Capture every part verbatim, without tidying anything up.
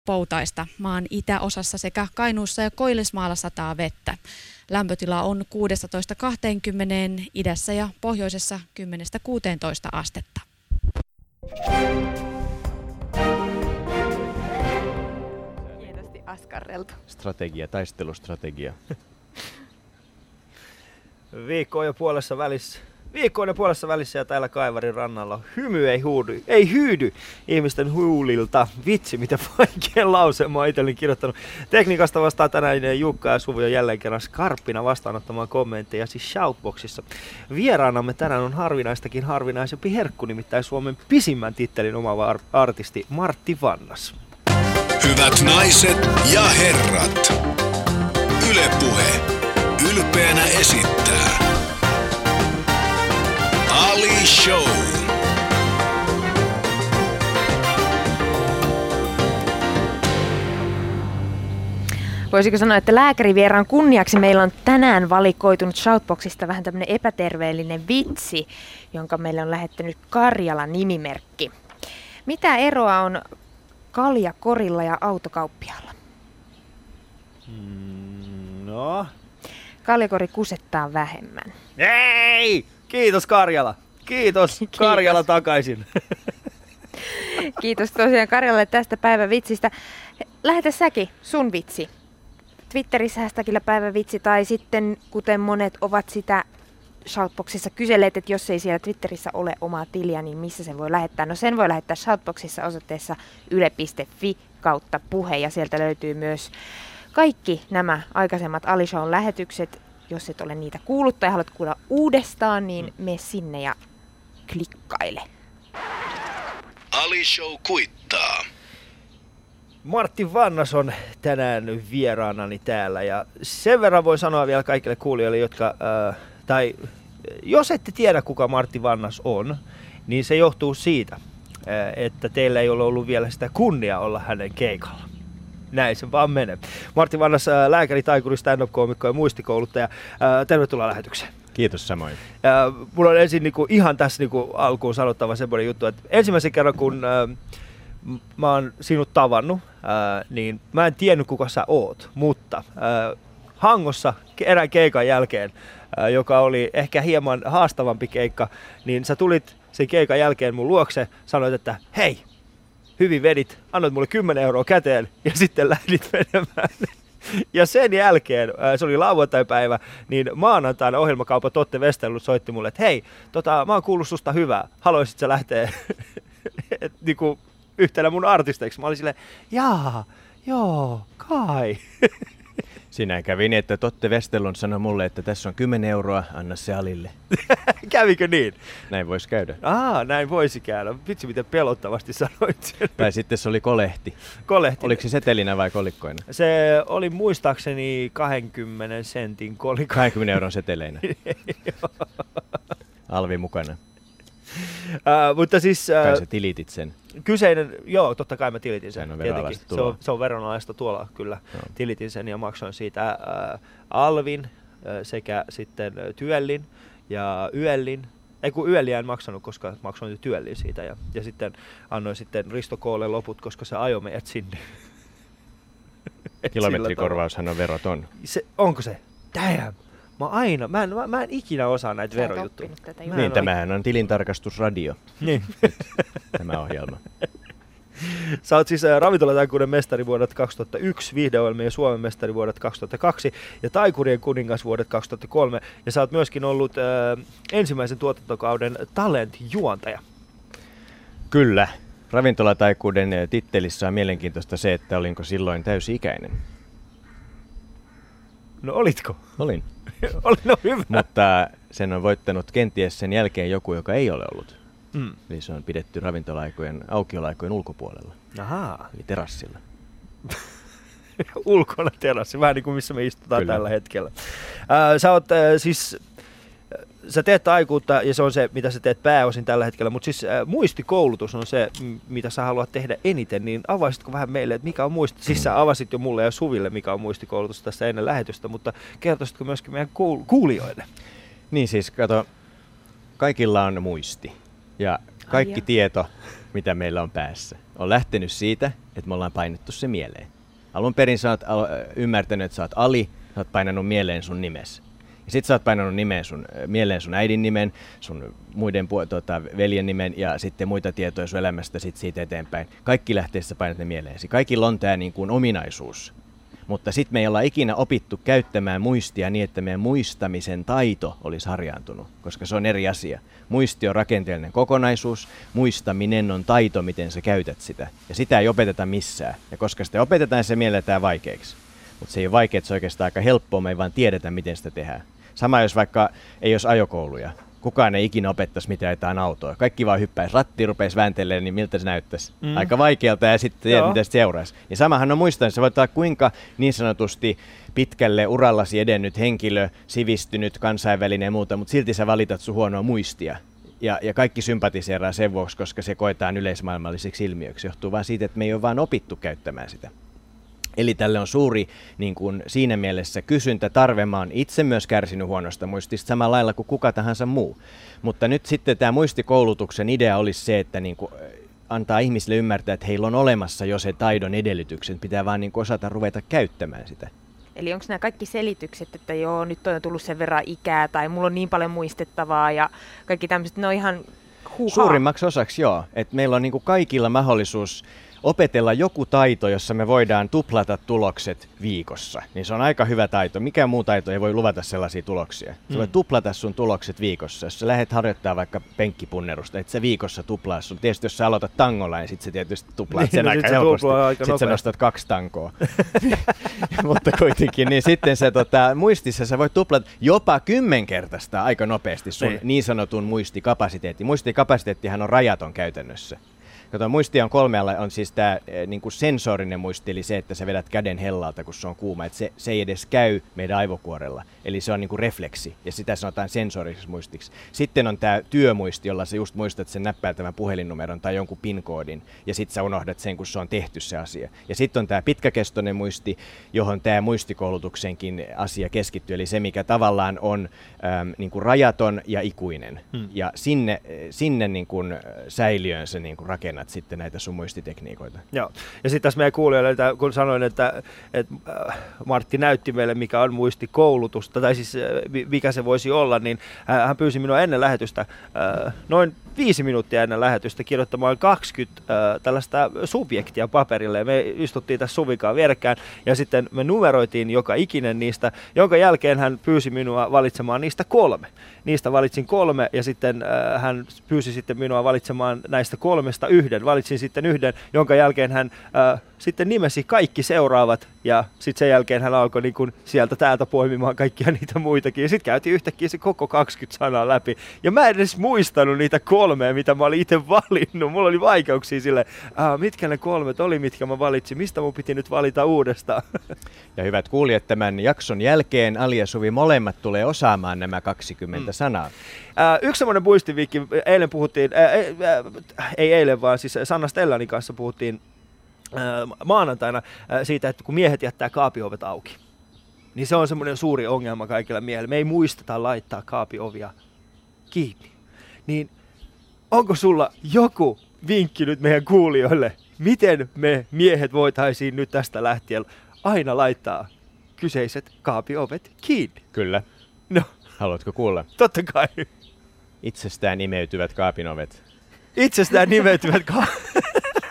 poutaista. Maan itäosassa sekä Kainuussa ja Koillismaalla sataa vettä. Lämpötila on kuusitoista kaksikymmentä, idässä ja pohjoisessa kymmenestä kuuteentoista astetta. Hienosti askarreltu. Strategia, taistelustrategia. Viikko on jo puolessa välissä. Viikko on jo puolessa välissä ja täällä Kaivarin rannalla hymy ei huudy, ei hyydy ihmisten huulilta. Vitsi, mitä vaikea lause mä oon itselleni kirjoittanut. Tekniikasta vastaa tänään Jukka ja Suvi on jälleen kerran skarppina vastaanottamaan kommentteja siis Shoutboxissa. Vieraanamme tänään on harvinaistakin harvinaisempi herkku, nimittäin Suomen pisimmän tittelin omaava artisti Martti Vannas. Hyvät naiset ja herrat, Yle Puhe ylpeänä esittää Ali Show. Voisiko sanoa, että lääkärivieraan kunniaksi meillä on tänään valikoitunut Shoutboxista vähän tämmöinen epäterveellinen vitsi, jonka meille on lähettänyt Karjala-nimimerkki. Mitä eroa on kaljakorilla ja autokauppiaalla? Mm, no? Kaljakori kusettaa vähemmän. Ei! Kiitos Karjala. Kiitos, Kiitos. Karjala takaisin. Kiitos tosiaan Karjalalle tästä päivän vitsistä. Lähetä säkin sun vitsi. Twitterissä hashtagillä päivän vitsi tai sitten kuten monet ovat sitä Shoutboxissa kyselleet, että jos ei siellä Twitterissä ole omaa tiliä, niin missä sen voi lähettää? No sen voi lähettää Shoutboxissa osoitteessa yle piste fi kautta puhe ja sieltä löytyy myös kaikki nämä aikaisemmat Ali Shown lähetykset. Jos et ole niitä kuullut tai haluat kuulla uudestaan, niin mene sinne ja klikkaile. Ali Show kuittaa. Martti Vannas on tänään vieraanani täällä ja sen verran voi sanoa vielä kaikille kuulijoille, jotka, äh, tai jos ette tiedä kuka Martti Vannas on, niin se johtuu siitä, äh, että teillä ei ole ollut vielä sitä kunnia olla hänen keikalla. Näin se vaan menee. Martti Vannas, äh, lääkäri, taikuri, stand-up-koomikko ja muistikouluttaja. Äh, tervetuloa lähetykseen. Kiitos samoin. Äh, mulla on ensin niinku, ihan tässä niinku, alkuun sanottava semmoinen juttu, että ensimmäisen kerran kun äh, mä oon sinut tavannut, ää, niin mä en tiennyt kuka sä oot, mutta ää, Hangossa erään keikan jälkeen, ää, joka oli ehkä hieman haastavampi keikka, niin sä tulit sen keikan jälkeen mun luokse, sanoit, että hei, hyvin vedit, annoit mulle kymmenen euroa käteen ja sitten lähdit menemään. Ja sen jälkeen, ää, se oli lauantai-päivä, niin maanantaina ohjelmakaupa Totte Westerlund soitti mulle, että hei, tota, mä oon kuullut susta hyvää, haluaisit sä lähteä et, niinku, yhtenä mun artisteiksi. Mä olin silleen, jaa, joo, kai. Siinä kävi niin, että Totte Westerlund sanoi mulle, että tässä on kymmenen euroa, anna se Alille. Kävikö niin? Näin voisi käydä. Aa, näin voisi käydä. Vitsi, miten pelottavasti sanoit sen. Tai sitten se oli kolehti. Kolehti. Oliko se setelinä vai kolikkoina? Se oli muistaakseni kaksikymmentä sentin kolikko. kaksikymmentä euron seteleinä. Alvi mukana. Uh, mutta siis... Uh, kai sä tilitit sen. Kyseinen, joo, totta kai mä tilitin sen. On tietenkin. Se on, se on veronalaista tuolla, kyllä. No. Tilitin sen ja maksoin siitä uh, Alvin uh, sekä sitten uh, Tyellin ja Yellin. Ei kun Yelliä en maksanut, koska maksoin Tyellin siitä. Ja, ja sitten annoin sitten Risto Koolle loput, koska se ajoi meidät sinne. Kilometrikorvaushan on veroton. Se, onko se? Damn! Mä aina, mä en, mä, mä en ikinä osaa näitä Sä verojuttuja. Niin, tämähän on tilintarkastusradio. Niin. Tämä ohjelma. Sä oot siis ravintolataikuuden mestari vuodet kaksituhattayksi, viihdeohjelmien Suomen mestari vuodet kaksituhattakaksi ja taikurien kuningas vuodet kaksituhattakolme. Ja sä oot myöskin ollut äh, ensimmäisen tuotantokauden talent-juontaja. Kyllä. Ravintolataikuuden tittelissä on mielenkiintoista se, että olinko silloin täysi-ikäinen. No olitko? Olin. Oli, no hyvä. Mutta sen on voittanut kenties sen jälkeen joku, joka ei ole ollut. Mm. Eli se on pidetty ravintolaikojen, aukiolaikojen ulkopuolella. Ahaa. Eli terassilla. Ulkona terassi, vähän niin kuin missä me istutaan Kyllä. tällä hetkellä. Äh, sä oot äh, siis... Sä teet taikuutta ja se on se, mitä sä teet pääosin tällä hetkellä, mutta siis äh, muistikoulutus on se, m- mitä sä haluat tehdä eniten, niin avaisitko vähän meille, että mikä on muisti... Siis sä avasit jo mulle ja Suville, mikä on muistikoulutus tässä ennen lähetystä, mutta kertoisitko myöskin meidän kuul- kuulijoille? Niin siis, kato, kaikilla on muisti ja kaikki Ai tieto, mitä meillä on päässä, on lähtenyt siitä, että me ollaan painettu se mieleen. Alun perin sä oot ymmärtänyt, että sä oot Ali, sä oot painanut mieleen sun nimesi. Ja sit sä oot painanut nimeen sun, mieleen sun äidin nimen, sun muiden tuota, veljen nimen ja sitten muita tietoja sun elämästä sit siitä eteenpäin. Kaikki lähteessä painat ne mieleesi. Kaikilla on tää niin kuin ominaisuus. Mutta sitten me ei olla ikinä opittu käyttämään muistia niin, että meidän muistamisen taito olisi harjaantunut, koska se on eri asia. Muisti on rakenteellinen kokonaisuus, muistaminen on taito, miten sä käytät sitä. Ja sitä ei opeteta missään. Ja koska sitä opetetaan, se mielletään vaikeaksi. Mutta se ei ole vaikeaa, se on oikeastaan aika helppoa, me ei vaan tiedetä, miten sitä tehdään. Sama jos vaikka ei olisi ajokouluja. Kukaan ei ikinä opettaisi, mitä ajetaan autoa. Kaikki vaan hyppäisi, ratti rupeisi vääntelemään, niin miltä se näyttäisi. Mm. Aika vaikealta ja sitten tiedät, mitä se seuraisi. Ja samahan on muistaa, se voi olla kuinka niin sanotusti pitkälle urallasi edennyt henkilö, sivistynyt, kansainvälinen ja muuta, mutta silti sä valitat sun huonoa muistia. Ja, ja kaikki sympatiseeraa sen vuoksi, koska se koetaan yleismaailmalliseksi ilmiöksi. Johtuu vaan siitä, että me ei ole vaan opittu käyttämään sitä. Eli tälle on suuri niin kuin siinä mielessä kysyntä, tarve. Mä oon itse myös kärsinyt huonosta muistista samalla lailla kuin kuka tahansa muu. Mutta nyt sitten tämä muistikoulutuksen idea olisi se, että niin kuin antaa ihmisille ymmärtää, että heillä on olemassa jo se taidon edellytykset. Pitää vaan niin kuin osata ruveta käyttämään sitä. Eli onko nämä kaikki selitykset, että joo, nyt on tullut sen verran ikää tai mulla on niin paljon muistettavaa ja kaikki tämmöiset, ne on ihan huuhaa? Suurimmaksi osaksi joo, että meillä on niin kuin kaikilla mahdollisuus opetella joku taito, jossa me voidaan tuplata tulokset viikossa, niin se on aika hyvä taito. Mikään muu taito ei voi luvata sellaisia tuloksia. Mm. Sä voit tuplata sun tulokset viikossa. Jos sä lähdet harjoittamaan vaikka penkkipunnerusta, et sä viikossa tuplaa sun. Tietysti jos sä aloitat tangolla, niin sit sä tietysti tuplaat niin, sen no aika sit helposti. aika sitten sä nostat kaksi tankoa. Mutta kuitenkin, niin sitten se tota, muistissa sä voit tuplata jopa kymmenkertaista aika nopeasti sun niin, niin sanotun muistikapasiteetti. Muistikapasiteettihan on rajaton käytännössä. Kato, muistia on kolmealla, on siis tämä niinku sensorinen muisti, eli se, että sä vedät käden hellalta, kun se on kuuma. Et se, se ei edes käy meidän aivokuorella, eli se on niinku refleksi, ja sitä sanotaan sensoriseksi muistiksi. Sitten on tämä työmuisti, jolla sä just muistat sen näppäiltävän puhelinnumeron tai jonkun PIN-koodin, ja sitten sä unohdat sen, kun se on tehty se asia. Ja sitten on tämä pitkäkestoinen muisti, johon tämä muistikoulutuksenkin asia keskittyy, eli se, mikä tavallaan on äm, niinku rajaton ja ikuinen. Hmm. Ja sinne, sinne niinku säiliöön se niinku rakennat sitten näitä sun muistitekniikoita. Joo. Ja sitten tässä meidän kuulijoille, kun sanoin, että, että Martti näytti meille, mikä on muistikoulutusta, tai siis mikä se voisi olla, niin hän pyysi minua ennen lähetystä, noin viisi minuuttia ennen lähetystä, kirjoittamaan kaksikymmentä tällaista subjektia paperille. Me istuttiin tässä Suvikaan vierekkäin, ja sitten me numeroitiin joka ikinen niistä, jonka jälkeen hän pyysi minua valitsemaan niistä kolme. Niistä valitsin kolme, ja sitten hän pyysi sitten minua valitsemaan näistä kolmesta yhden. Valitsin sitten yhden, jonka jälkeen hän äh, sitten nimesi kaikki seuraavat, ja sitten sen jälkeen hän alkoi niin kun sieltä täältä poimimaan kaikkia niitä muitakin. Ja sitten käytiin yhtäkkiä se koko kaksikymmentä sanaa läpi. Ja mä en edes muistanut niitä kolmea, mitä mä olin itse valinnut. Mulla oli vaikeuksia sille, äh, mitkä ne kolmet oli, mitkä mä valitsin, mistä mun piti nyt valita uudestaan. Ja hyvät kuulijat, tämän jakson jälkeen Ali ja Suvi molemmat tulee osaamaan nämä kaksikymmentä mm. sanaa. Äh, yksi semmoinen muistiviikki, eilen puhuttiin, äh, äh, ei eilen vaan siis Sanna Stellanin kanssa puhuttiin äh, maanantaina äh, siitä, että kun miehet jättää kaapiovet auki, niin se on semmoinen suuri ongelma kaikilla miehillä. Me ei muisteta laittaa kaapiovia kiinni. Niin onko sulla joku vinkki nyt meidän kuulijoille, miten me miehet voitaisiin nyt tästä lähtien aina laittaa kyseiset kaapiovet kiinni? Kyllä. No. Haluatko kuulla? Totta kai. Itsestään nimeytyvät kaapinovet. Itsestään nimeytyvät kaapinovet.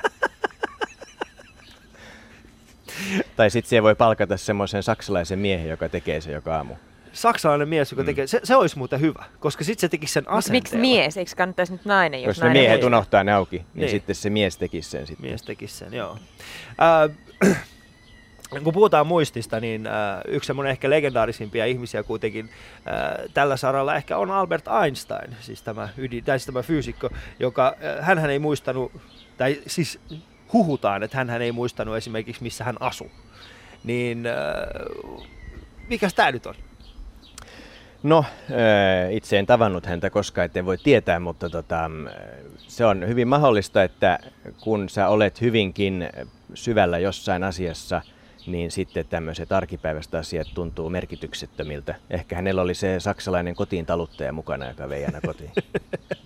Tai sitten siellä voi palkata semmoisen saksalaisen miehen, joka tekee se joka aamu. Saksalainen mies, joka tekee, mm. se, se olisi muuten hyvä, koska sitten se tekisi sen asenteella. Miksi mies? Eikö kannattaisi nyt nainen, jos Koska nainen miehet voi? unohtaa ne auki, niin, niin sitten se mies tekisi sen sitten. Mies tekisi sen, joo. Äh, kun puhutaan muistista, niin äh, yksi semmoinen ehkä legendaarisimpia ihmisiä kuitenkin äh, tällä saralla ehkä on Albert Einstein, siis tämä, ydin, tai siis tämä fyysikko, joka äh, hänhän ei muistanut, tai siis huhutaan, että hänhän ei muistanut esimerkiksi missä hän asui. Niin äh, mikäs tää nyt on? No, itse en tavannut häntä koskaan, ettei voi tietää, mutta tota, se on hyvin mahdollista, että kun sä olet hyvinkin syvällä jossain asiassa, niin sitten tämmöiset arkipäiväiset asiat tuntuu merkityksettömiltä. Ehkä hänellä oli se saksalainen kotiin taluttaja mukana, joka vei aina kotiin.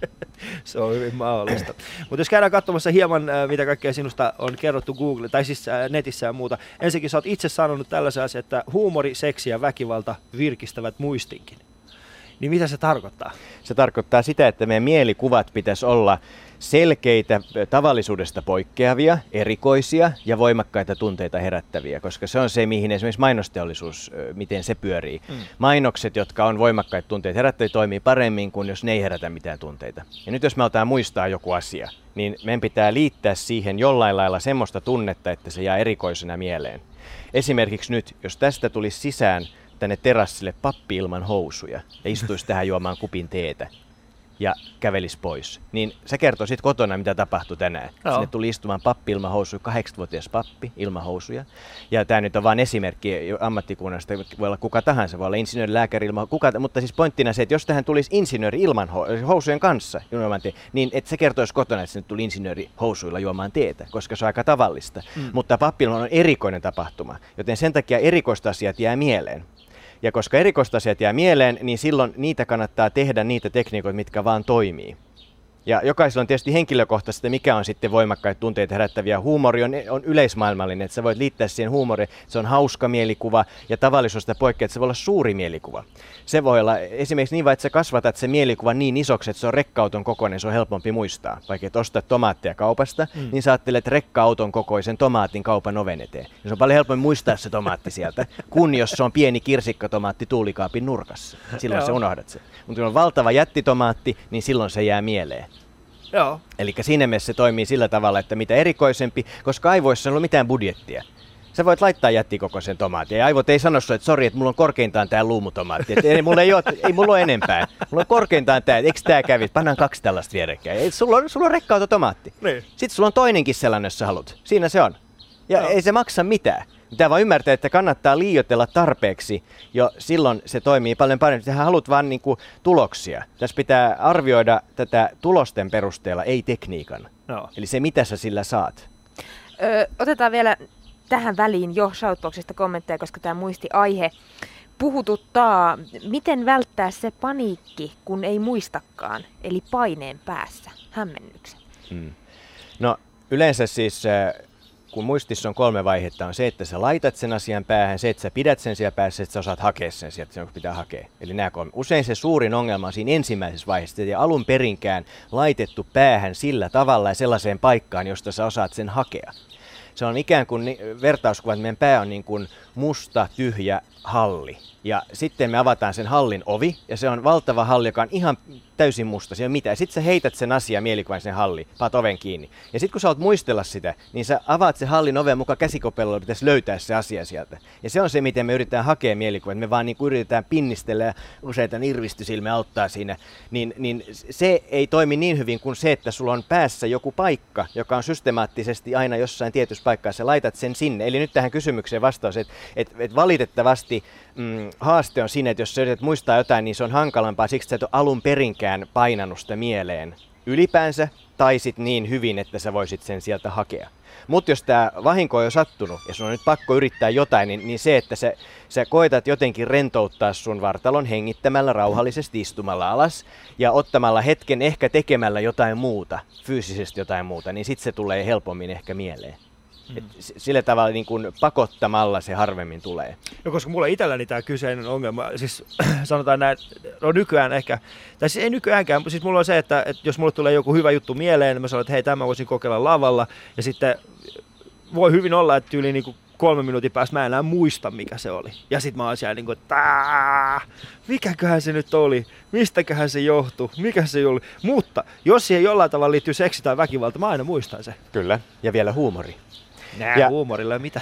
Se on hyvin mahdollista. Mutta jos käydään katsomassa hieman, mitä kaikkea sinusta on kerrottu Google, tai siis netissä ja muuta. Ensinnäkin sä oot itse sanonut tällaisen asian, että huumori, seksi ja väkivalta virkistävät muistinkin. Niin mitä se tarkoittaa? Se tarkoittaa sitä, että meidän mielikuvat pitäisi olla selkeitä, tavallisuudesta poikkeavia, erikoisia ja voimakkaita tunteita herättäviä, koska se on se, mihin esimerkiksi mainosteollisuus, miten se pyörii. Mm. Mainokset, jotka on voimakkaita tunteita herättäviä, toimii paremmin kuin jos ne ei herätä mitään tunteita. Ja nyt jos me otetaan muistaa joku asia, niin meidän pitää liittää siihen jollain lailla semmoista tunnetta, että se jää erikoisena mieleen. Esimerkiksi nyt, jos tästä tulisi sisään tänne terassille pappi ilman housuja ja istuisi tähän juomaan kupin teetä ja kävelisi pois, niin se kertoo sitten kotona, mitä tapahtui tänään. No. Sinne tuli istumaan pappi ilman housuja, kahdeksanvuotias pappi ilman housuja. Ja tämä nyt on vain esimerkki ammattikunnasta, voi olla kuka tahansa, voi olla insinööri, lääkäri ilman, kuka, mutta siis pointtina se, että jos tähän tulisi insinööri ilman housujen kanssa, niin että se kertoisi kotona, että sinne tuli insinööri housuilla juomaan teetä, koska se on aika tavallista. Mm. Mutta pappi ilman on erikoinen tapahtuma, joten sen takia erikoista asiat jää mieleen. Ja koska erikoista asiat jää mieleen, niin silloin niitä kannattaa tehdä niitä tekniikoita, mitkä vaan toimii. Ja jokaisella on tietysti henkilökohtaisesti, mikä on sitten voimakkaita tunteita herättäviä. Huumori on, on yleismaailmallinen, että sä voit liittää siihen huumoriin, se on hauska mielikuva ja tavallisuudesta poikkeaa, että se voi olla suuri mielikuva. Se voi olla esimerkiksi niin, että sä kasvatat se mielikuva niin isoksi, että se on rekka-auton kokoinen, se on helpompi muistaa. Vaikka et ostat tomaatteja kaupasta, mm. niin sä ajattelet rekka-auton kokoisen tomaatin kaupan oven eteen. Ja se on paljon helpompi muistaa se tomaatti sieltä, kun jos se on pieni kirsikkatomaatti tuulikaapin nurkassa. Silloin se unohdat se. Mutta kun on valtava jättitomaatti, niin silloin se jää mieleen. Joo. Eli siinä mielessä se toimii sillä tavalla, että mitä erikoisempi, koska aivoissa ei ole mitään budjettia. Sä voit laittaa jättikokoisen tomaatin ja aivot ei sano sulle, että sori, että mulla on korkeintaan tää luumutomaatti. Että ei, mulla ei, ole, ei mulla ole enempää. Mulla on korkeintaan tää, eikö tää kävi? Pannaan kaksi tällaista vierekkäin. Sulla on, sulla on rekka-autotomaatti. Niin. Sitten sulla on toinenkin sellainen, jos sä haluat. Siinä se on. Ja no. Ei se maksa mitään. Pitää vaan ymmärtää, että kannattaa liioitella tarpeeksi, jo silloin se toimii paljon paremmin. Sähän haluat vaan niinku tuloksia. Tässä pitää arvioida tätä tulosten perusteella, ei tekniikan. No. Eli se, mitä sä sillä saat. Ö, otetaan vielä tähän väliin jo Shoutboxista kommentteja, koska tämä muistiaihe puhututtaa. Miten välttää se paniikki, kun ei muistakaan, eli paineen päässä, hämmennyksen? Hmm. No yleensä siis... Kun muistissa on kolme vaihetta, on se, että sä laitat sen asian päähän, se, että sä pidät sen siellä päässä, että sä osaat hakea sen sieltä, sen pitää hakea. Eli nämä kolme. Usein se suurin ongelma on siinä ensimmäisessä vaiheessa, että ei alun perinkään laitettu päähän sillä tavalla ja sellaiseen paikkaan, josta sä osaat sen hakea. Se on ikään kuin vertauskuva, että meidän pää on niin kuin musta, tyhjä halli. Ja sitten me avataan sen hallin ovi, ja se on valtava halli, joka on ihan täysin musta, siellä ei ole mitään. Sitten sä heität sen asian mielikuvan sen halli, paat oven kiinni. Ja sitten kun sä oot muistella sitä, niin sä avaat sen hallin oven mukaan käsikopellolla, pitäisi löytää se asia sieltä. Ja se on se, miten me yritetään hakea mielikuvan, me vaan niin kuin yritetään pinnistellä ja useita nirvistysilme auttaa siinä. Niin, niin se ei toimi niin hyvin kuin se, että sulla on päässä joku paikka, joka on systemaattisesti aina jossain tietyssä paikkaa, sä laitat sen sinne. Eli nyt tähän kysymykseen vastaus, että et, et valitettavasti mm, haaste on siinä, että jos sä yrität muistaa jotain, niin se on hankalampaa siksi, että sä et ole alun perinkään painanut sitä mieleen ylipäänsä, tai sit niin hyvin, että sä voisit sen sieltä hakea. Mutta jos tämä vahinko on jo sattunut, ja sun on nyt pakko yrittää jotain, niin, niin se, että sä, sä koetat jotenkin rentouttaa sun vartalon hengittämällä rauhallisesti istumalla alas, ja ottamalla hetken ehkä tekemällä jotain muuta, fyysisesti jotain muuta, niin sit se tulee helpommin ehkä mieleen. Mm. Et sillä tavalla niin kun pakottamalla se harvemmin tulee. No, koska mulla itselläni tämä kyseinen ongelma, siis sanotaan näin, no nykyään ehkä, tai siis ei nykyäänkään, siis mulla on se, että, että jos mulle tulee joku hyvä juttu mieleen, niin mä sanon, että hei, tämä voisin kokeilla lavalla, ja sitten voi hyvin olla, että yli niin kuin kolme minuutin päästä mä en enää muista, mikä se oli. Ja sit mä oon siellä niin kuin, että mikäköhän se nyt oli, mistäköhän se johtui, mikä se oli. Mutta jos siihen jollain tavalla liittyy seksi tai väkivalta, mä aina muistan se. Kyllä, ja vielä huumori. Nää, ja huumorilla ei mitä.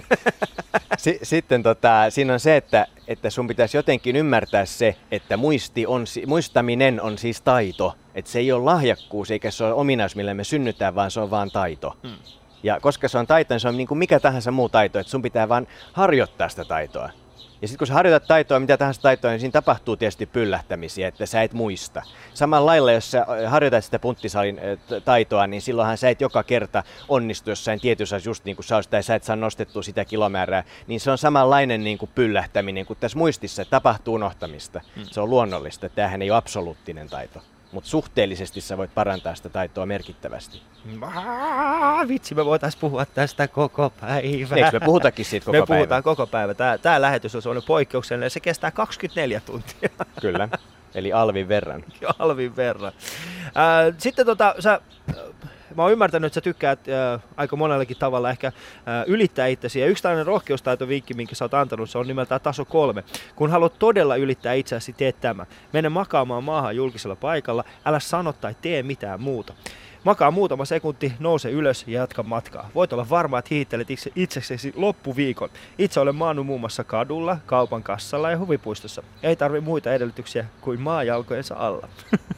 S- sitten tota, siinä on se, että, että sun pitäisi jotenkin ymmärtää se, että muisti on, muistaminen on siis taito. Että se ei ole lahjakkuus eikä se ole ominaisuus, millä me synnytään, vaan se on vaan taito. Hmm. Ja koska se on taito, niin se on niin kuin mikä tahansa muu taito, että sun pitää vaan harjoittaa sitä taitoa. Ja sitten kun sä harjoitat taitoa, mitä tahansa taitoa, niin siinä tapahtuu tietysti pyllähtämisiä, että sä et muista. Samalla lailla, jos sä harjoitat sitä punttisalin taitoa, niin silloinhan sä et joka kerta onnistu jossain tietyssä just niin kuin sä oot, tai sä et saa nostettua sitä kilomäärää. Niin se on samanlainen niin kuin pyllähtäminen kuin tässä muistissa, että tapahtuu unohtamista. Mm. Se on luonnollista, tämähän ei ole absoluuttinen taito. mutta suhteellisesti sä voit parantaa sitä taitoa merkittävästi. Aa, vitsi, me voitaisiin puhua tästä koko päivä. Eikö me puhutakin siitä koko me päivä? Me puhutaan koko päivä. Tämä, tämä lähetys on sellainen poikkeuksellinen, se kestää kaksikymmentäneljä tuntia. Kyllä, eli alvin verran. Alvin verran. Äh, sitten tota, sä... Mä oon ymmärtänyt, että sä tykkäät äh, aika monellakin tavalla ehkä äh, ylittää itsesi. Ja yksi tällainen rohkeustaitovinkki, minkä sä oot antanut, se on nimeltään taso kolme. Kun haluat todella ylittää itseäsi, tee tämä. Mene makaamaan maahan julkisella paikalla, älä sano tai tee mitään muuta. Makaa muutama sekunti, nouse ylös ja jatka matkaa. Voit olla varma, että hiihittelet itse, itseksesi loppuviikon. Itse olen maannut muun muassa kadulla, kaupan kassalla ja huvipuistossa. Ei tarvi muita edellytyksiä kuin maa jalkojensa alla.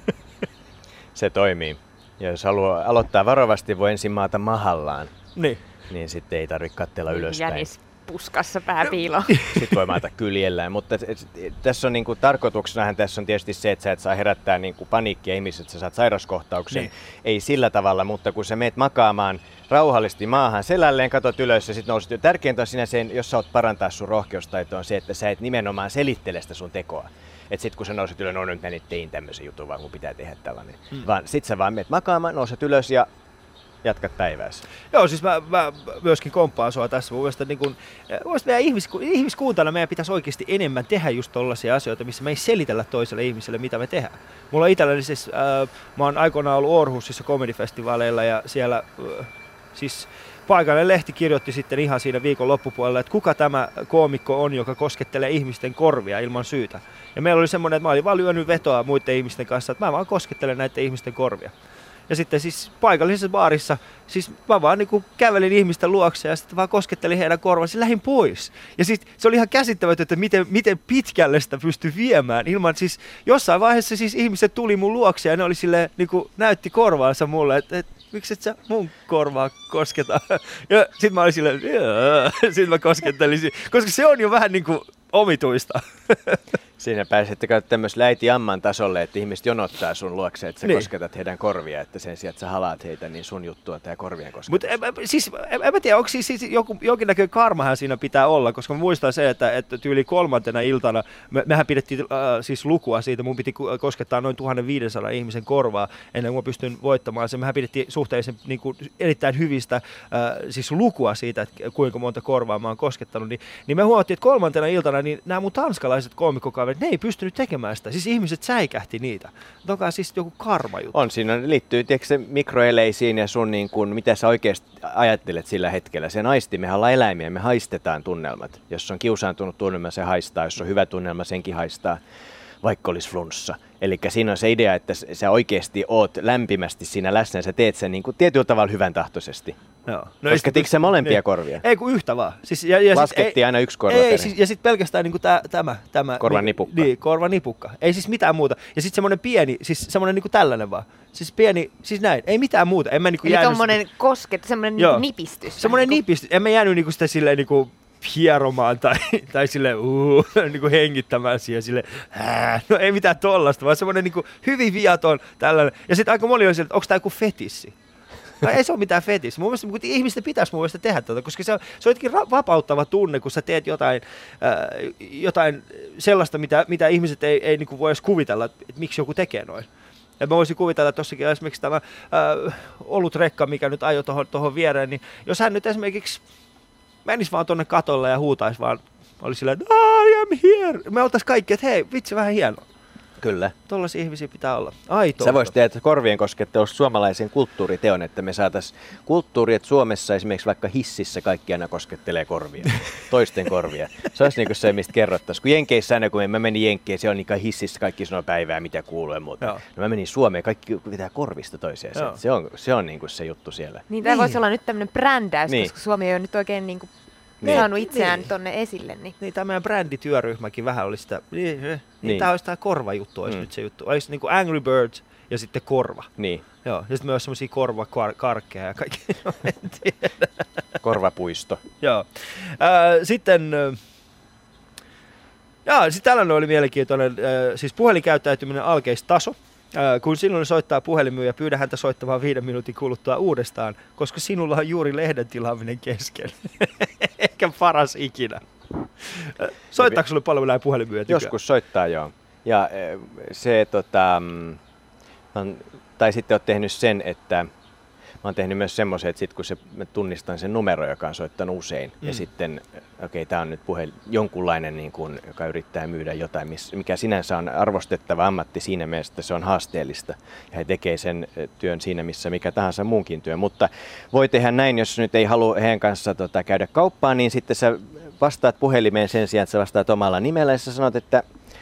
Se toimii. Ja jos haluaa aloittaa varovasti, voi ensin maata mahallaan. Niin. Niin sitten ei tarvitse katsella ylöspäin. Jänis puskassa pääpiilo. Sitten voi maata kyljellään. Mutta et, et, et, tässä on niinku, tarkoituksenahan tässä on tietysti se, että sä et saa herättää niinku paniikkia ihmisiä, että sä saat sairaskohtauksen. Niin. Ei sillä tavalla, mutta kun sä meet makaamaan rauhallisesti maahan selälleen, katot ylös ja sitten nousit. Tärkeintä on siinä se, jos sä oot parantaa sun rohkeustaitoa, on se, että sä et nimenomaan selittele sitä sun tekoa. Että sit kun sä nouset ylös, no nyt mä nyt tein tämmöisen jutun, vaan mun pitää tehdä tällainen. Hmm. Vaan sit sä vaan meet makaamaan, nouset ylös ja jatkat päivääsi. Joo, siis mä, mä myöskin komppaan sua tässä. Mun mielestä, niin kun, mun mielestä meidän ihmisku, ihmiskuntana meidän pitäisi oikeasti enemmän tehdä just tollaisia asioita, missä me ei selitellä toiselle ihmiselle, mitä me tehdään. Mulla on itselläni siis, äh, mä oon aikoinaan ollut Århusissa komedifestivaaleilla ja siellä äh, siis paikallinen lehti kirjoitti sitten ihan siinä viikon loppupuolella, että kuka tämä koomikko on, joka koskettelee ihmisten korvia ilman syytä. Ja meillä oli semmoinen, että mä olin vaan lyönyt vetoa muiden ihmisten kanssa, että mä vaan koskettelen näiden ihmisten korvia. Ja sitten siis paikallisessa baarissa, siis mä vaan niin kävelin ihmisten luokse ja sitten vaan koskettelin heidän korvansa, lähdin pois. Ja siis se oli ihan käsittämätöntä, että miten, miten pitkälle sitä pystyi viemään ilman, siis jossain vaiheessa siis ihmiset tuli mun luokse ja ne oli silleen, niin kuin näytti korvaansa mulle, että, että miksi et sä mun korvaa kosketa? Ja sit mä olin silleen, sit mä koskettelin, koska se on jo vähän niin kuin omituista. Siinä pääsette käyttää tämmöisellä äiti-amman tasolle, että ihmiset jonottaa sun luokse, että sä niin. kosketat heidän korvia, että sen sijaan, että sä halaat heitä, niin sun juttu on tää korvien kosketus. Mutta siis, en, en mä tiedä, onko siis, siis joku, jonkinnäköinen karmahan siinä pitää olla, koska mä muistan se, että, että tyyli kolmantena iltana, me, mehän pidettiin äh, siis lukua siitä, mun piti koskettaa noin tuhatviisisataa ihmisen korvaa ennen kuin mä pystyn voittamaan sen. Mehän pidettiin suhteellisen niin kuin, erittäin hyvistä äh, siis lukua siitä, että kuinka monta korvaa mä oon koskettanut, niin, niin me huomattiin, että kolmantena iltana niin nämä mun tanskalaiset koomikkokaverit, ne ei pystynyt tekemään sitä. Siis ihmiset säikähti niitä. Onkaan siis joku karma juttu. On, siinä liittyy tiedätkö, mikroeleisiin ja sun, niin kun, mitä sä oikeasti ajattelet sillä hetkellä. Se aisti, mehän ollaan eläimiä, me haistetaan tunnelmat. Jos on kiusaantunut tunnelma, se haistaa. Jos on hyvä tunnelma, senkin haistaa, vaikka olisi flunssa. Eli siinä on se idea, että sä oikeasti oot lämpimästi siinä läsnä ja sä teet sen niin kuin tietyllä tavalla hyvän tahtoisesti. Joo. No Kosketitko sä molempia niin. korvia? Ei kun yhtä vaan. Siis, ja, ja Laskettiin sit, ei, aina yksi korva ei, per. siis, ja sitten pelkästään niinku tää, tämä. tämä korvan niin, nipukka. Niin, korvan nipukka. Ei siis mitään muuta. Ja sitten semmoinen pieni, siis semmoinen niinku tällainen vaan. Siis pieni, siis näin. Ei mitään muuta. En mä niinku Eli jäänyt... tommonen kosket, semmoinen niinku nipistys. Semmoinen niinku... nipistys. En mä jäänyt niinku sitä silleen niinku hieromaan tai, tai silleen uh, niinku hengittämään siihen silleen hää. No ei mitään tollasta, vaan semmoinen niinku hyvin viaton tällainen. Ja sitten aika moni on silleen, että onko tää joku fetissi? No ei se ole mitään fetis. Mun mielestä ihmisten pitäisi mun mielestä tehdä tätä, koska se on, se on jotenkin ra- vapauttava tunne, kun sä teet jotain, äh, jotain sellaista, mitä, mitä ihmiset ei, ei niin voi edes kuvitella, että, että miksi joku tekee noin. Ja mä voisin kuvitella, että tossakin esimerkiksi tämä äh, olutrekka, mikä nyt ajoi tohon, tohon viereen, niin jos hän nyt esimerkiksi menisi vaan tonne katolle ja huutaisi vaan, olisi silleen, I am here. Me oltais kaikki, että hei, vitsi vähän hienoa. Kyllä. Tollaisia ihmisiä pitää olla. Aitoa. Sä voisit tehdä korvien koskettelusta suomalaisen kulttuuriteon, että me saataisiin kulttuuri, että Suomessa esimerkiksi vaikka hississä kaikki aina koskettelee korvia, toisten korvia. Se olisi niin kuin se, mistä kerrottaisiin. Kun Jenkeissä aina, kun mä menin Jenkkeihin, se on niin kuin hississä kaikki sanoo päivää, mitä kuuluu ja muuta. Joo. No mä menin Suomeen, kaikki pitää korvista toisiaan. Se on, se on niin kuin se juttu siellä. Niin, tämä niin. voisi olla nyt tämmöinen brändäys, niin. koska Suomi ei ole nyt oikein niin kuin niin. saanut itseään niin. tonne esille. Niin, niin tämä meidän brändityöryhmäkin vähän oli sitä, niin, niin, niin. tämä olisi tämä korvajuttu, olisi mm. nyt se juttu. Olisi niin kuin Angry Birds ja sitten korva. Niin. Joo, ja sitten myös semmoisia korvakarkkeja ja kaikki, en tiedä. Korvapuisto. Joo. Äh, sitten, äh, sitten tällainen oli mielenkiintoinen, äh, siis puhelinkäyttäytyminen alkeistaso. Äh, kun sinulle soittaa puhelimyöjä, pyydä häntä soittamaan viiden minuutin kuluttua uudestaan, koska sinulla on juuri lehden tilaaminen kesken. Ehkä paras ikinä. Äh, soittaako sulle paljon näin puhelimyöjä? Joskus soittaa, joo. Ja se, tota, On, tai sitten olet tehnyt sen, että mä oon tehnyt myös semmoisen, että sit kun se, mä tunnistan sen numero, joka on soittanut usein, mm. ja sitten, okei, okay, tämä on nyt puhe, jonkunlainen, niin kun, joka yrittää myydä jotain, mikä sinänsä on arvostettava ammatti siinä mielessä, että se on haasteellista, ja he tekee sen työn siinä, missä mikä tahansa muunkin työ. Mutta voi tehdä näin, jos nyt ei halua heidän kanssa tota, käydä kauppaan, niin sitten sä vastaat puhelimeen sen sijaan, että sä vastaat omalla nimellä, ja sä sanot, että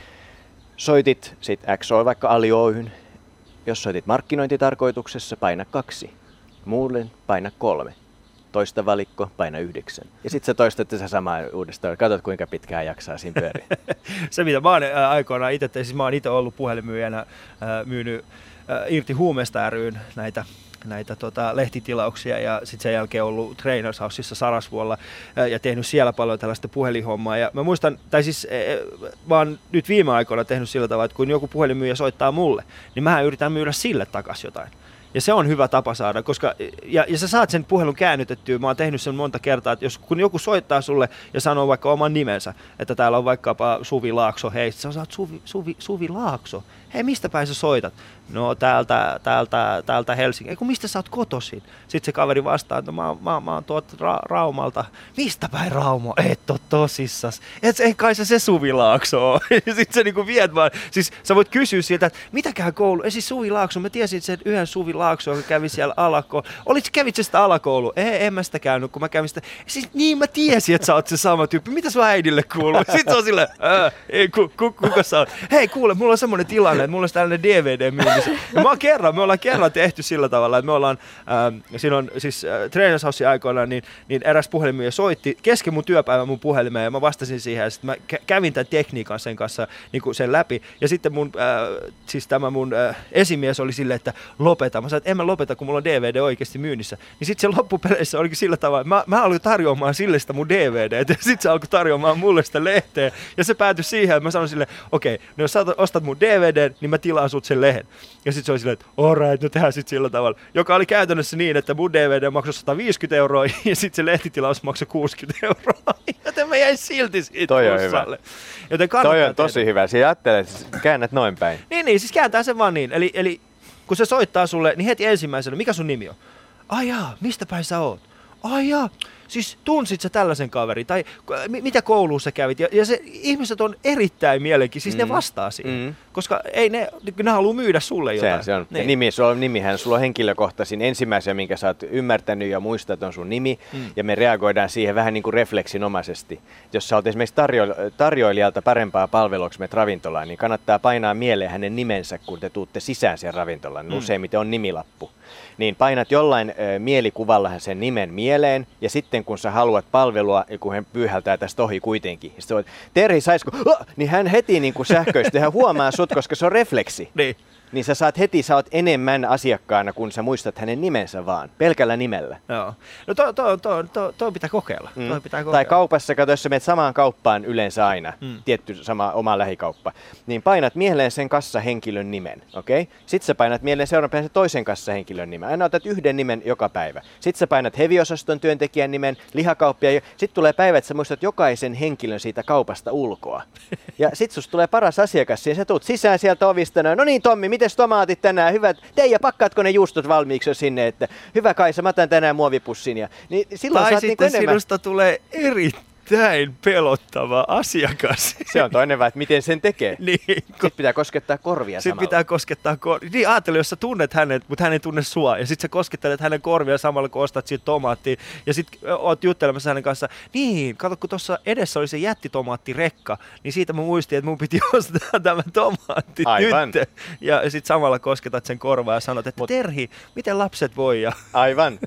soitit sit X O vaikka Ali Oy:hyn. Jos soitit markkinointitarkoituksessa, paina kaksi. Muulle paina kolme. Toista valikko, paina yhdeksän. Ja sitten sä toistat se samaa uudestaan. Katsot, kuinka pitkään jaksaa siinä pyöriä. Se, mitä mä oon ää, aikoinaan itse, siis mä oon itse ollut puhelinmyyjänä, ää, myynyt ää, Irti Huumeesta ry:n näitä näitä tota, lehtitilauksia ja sitten sen jälkeen ollut Trainers Houseissa Sarasvuolla ää, ja tehnyt siellä paljon tällaista puhelinhommaa. Ja mä muistan, tai siis e, mä oon nyt viime aikoina tehnyt sillä tavalla, että kun joku puhelinmyyjä soittaa mulle, niin mähän yritän myydä sille takaisin jotain. Ja se on hyvä tapa saada, koska, ja, ja sä saat sen puhelun käännytettyä, mä oon tehnyt sen monta kertaa, että jos, kun joku soittaa sulle ja sanoo vaikka oman nimensä, että täällä on vaikkapa Suvi Laakso, hei, sä saat Suvi, Suvi, Suvi Laakso, hei, mistä päin sä soitat? No täältä, täältä, täältä Helsingin, ei kun mistä sä oot kotoisin? Sitten se kaveri vastaa, että mä, mä, mä oon tuolta Ra- Raumalta, mistä päin Rauma? Et oo tosissas, et ei kai se se Suvi Laakso oo. Sitten sä niinku viet vaan, siis sä voit kysyä siltä, että mitäkään koulu, ei siis Suvi Laakso, mä tiesin sen yhden Suvi Laakso, joka kävi siellä alakoulu. Olitko, kävit sä sitä alakoulu? Ei, en mä sitä käynyt, kun mä kävin sitä. Siis niin mä tiesin, että sä oot se sama tyyppi. Mitä sun äidille kuuluu? Sitten se on silleen, ei, ku, ku, kuka sä oot? Hei, kuule, mulla on semmoinen tilanne, että mulla on tällainen D V D-myynnissä. Ja mä oon kerran, me ollaan kerran tehty sillä tavalla, että me ollaan, ähm, siinä on siis äh, Trainers House aikoinaan, niin, niin eräs puhelinmyyjä soitti kesken mun työpäivän mun puhelimeen ja mä vastasin siihen ja sitten mä kä- kävin tämän tekniikan sen kanssa niin kuin sen läpi. Ja sitten mun, äh, siis tämä mun äh, esimies oli silleen, että lopeta. Mä sanoin, että en mä lopeta, kun mulla on D V D oikeasti myynnissä. Niin sitten se loppupeleissä olikin sillä tavalla, että mä, mä aloin tarjoamaan sille sitä mun D V D:tä ja sitten se alkoi tarjoamaan mulle sitä lehteä. Ja se päätyi siihen, että mä sanoin silleen, okei, okay, no jos sä ostat mun D V D:n, niin mä tilaan sut sen lehen. Ja sitten se oli silleen, että alright, no tehdään sitten sillä tavalla. Joka oli käytännössä niin, että mun D V D maksoi sata viisikymmentä euroa ja sitten se lehtitilaus maksoi kuusikymmentä euroa. Joten mä jäin silti siitä kussalle. Joten toi on tosi tehdä. Hyvä. Siinä ajattelee, että käännät noin päin. Niin, niin, siis kääntää sen vaan niin. Eli, eli kun se soittaa sulle, niin heti ensimmäisenä, mikä sun nimi on? Ai jaa, mistä päin sä oot? Ai jaa, siis tunsit sä tällaisen kaverin, tai m- mitä kouluun sä kävit? Ja, ja se, ihmiset on erittäin mielenkiintoisia, siis mm. ne vastaa siihen, mm. koska ei ne, ne haluaa myydä sulle jotain. Se, se on. Niin. Nimi, sulla on nimihän, sulla on henkilökohtaisin ensimmäisiä, minkä sä oot ymmärtänyt ja muistat, on sun nimi, mm. ja me reagoidaan siihen vähän niin kuin refleksinomaisesti. Jos sä oot esimerkiksi tarjo- tarjoilijalta parempaa palvelua, kun menet ravintolaan, niin kannattaa painaa mieleen hänen nimensä, kun te tuutte sisään sen ravintolaan. Mm. Useimmiten on nimilappu. Niin painat jollain ö, mielikuvalla sen nimen mieleen, ja sitten kun sä haluat palvelua, kun hän pyyhältää tästä ohi kuitenkin, ja sitten Terhi, saisiko, oh! niin hän heti niin kuin sähköisesti, hän huomaa sut, koska se on refleksi. Niin. Niin sä saat heti, sä oot enemmän asiakkaana, kun sä muistat hänen nimensä vaan, pelkällä nimellä. Joo. No toi, toi, toi, toi, toi pitää kokeilla. Mm. Toi pitää kokeilla. Tai kaupassa, kato, jos sä menet samaan kauppaan yleensä aina, mm. tietty sama oma lähikauppa, niin painat mieleen sen kassahenkilön nimen, okei? Okay? Sitten sä painat mieleen seuraavan sen toisen kassahenkilön nimen. Aina otat yhden nimen joka päivä. Sitten sä painat heviosaston työntekijän nimen, lihakauppia. Sitten tulee päivä, että sä muistat jokaisen henkilön siitä kaupasta ulkoa. Ja sit susta tulee paras asiakas siihen. Sä tuut sisään sieltä ovista, no niin Tommi, mites tomaatit tänään? Hyvät. Teija, pakkaatko ne juustot valmiiksi jo sinne? Että hyvä Kaisa, mä otan tänään muovipussin. Ja, niin silloin tai saat sitten niin enemmän... sinusta tulee erittäin pelottava asiakas. Se on toinen vai, että miten sen tekee. Niin, kun... Sitten pitää koskettaa korvia Sitten samalla. pitää koskettaa korvia. Niin ajattele, jos sä tunnet hänet, mutta hän ei tunne sua. Ja sitten sä koskettelet hänen korvia samalla, kun ostat siitä tomaattia. Ja sitten oot juttelemassa hänen kanssa. Niin, kato, kun tuossa edessä oli se jättitomaattirekka, niin siitä mä muistin, että mun piti ostaa tämä tomaatti nyt. Ja sitten samalla kosketat sen korvaa ja sanot, että Mut... Terhi, miten lapset voi? Ja... Aivan.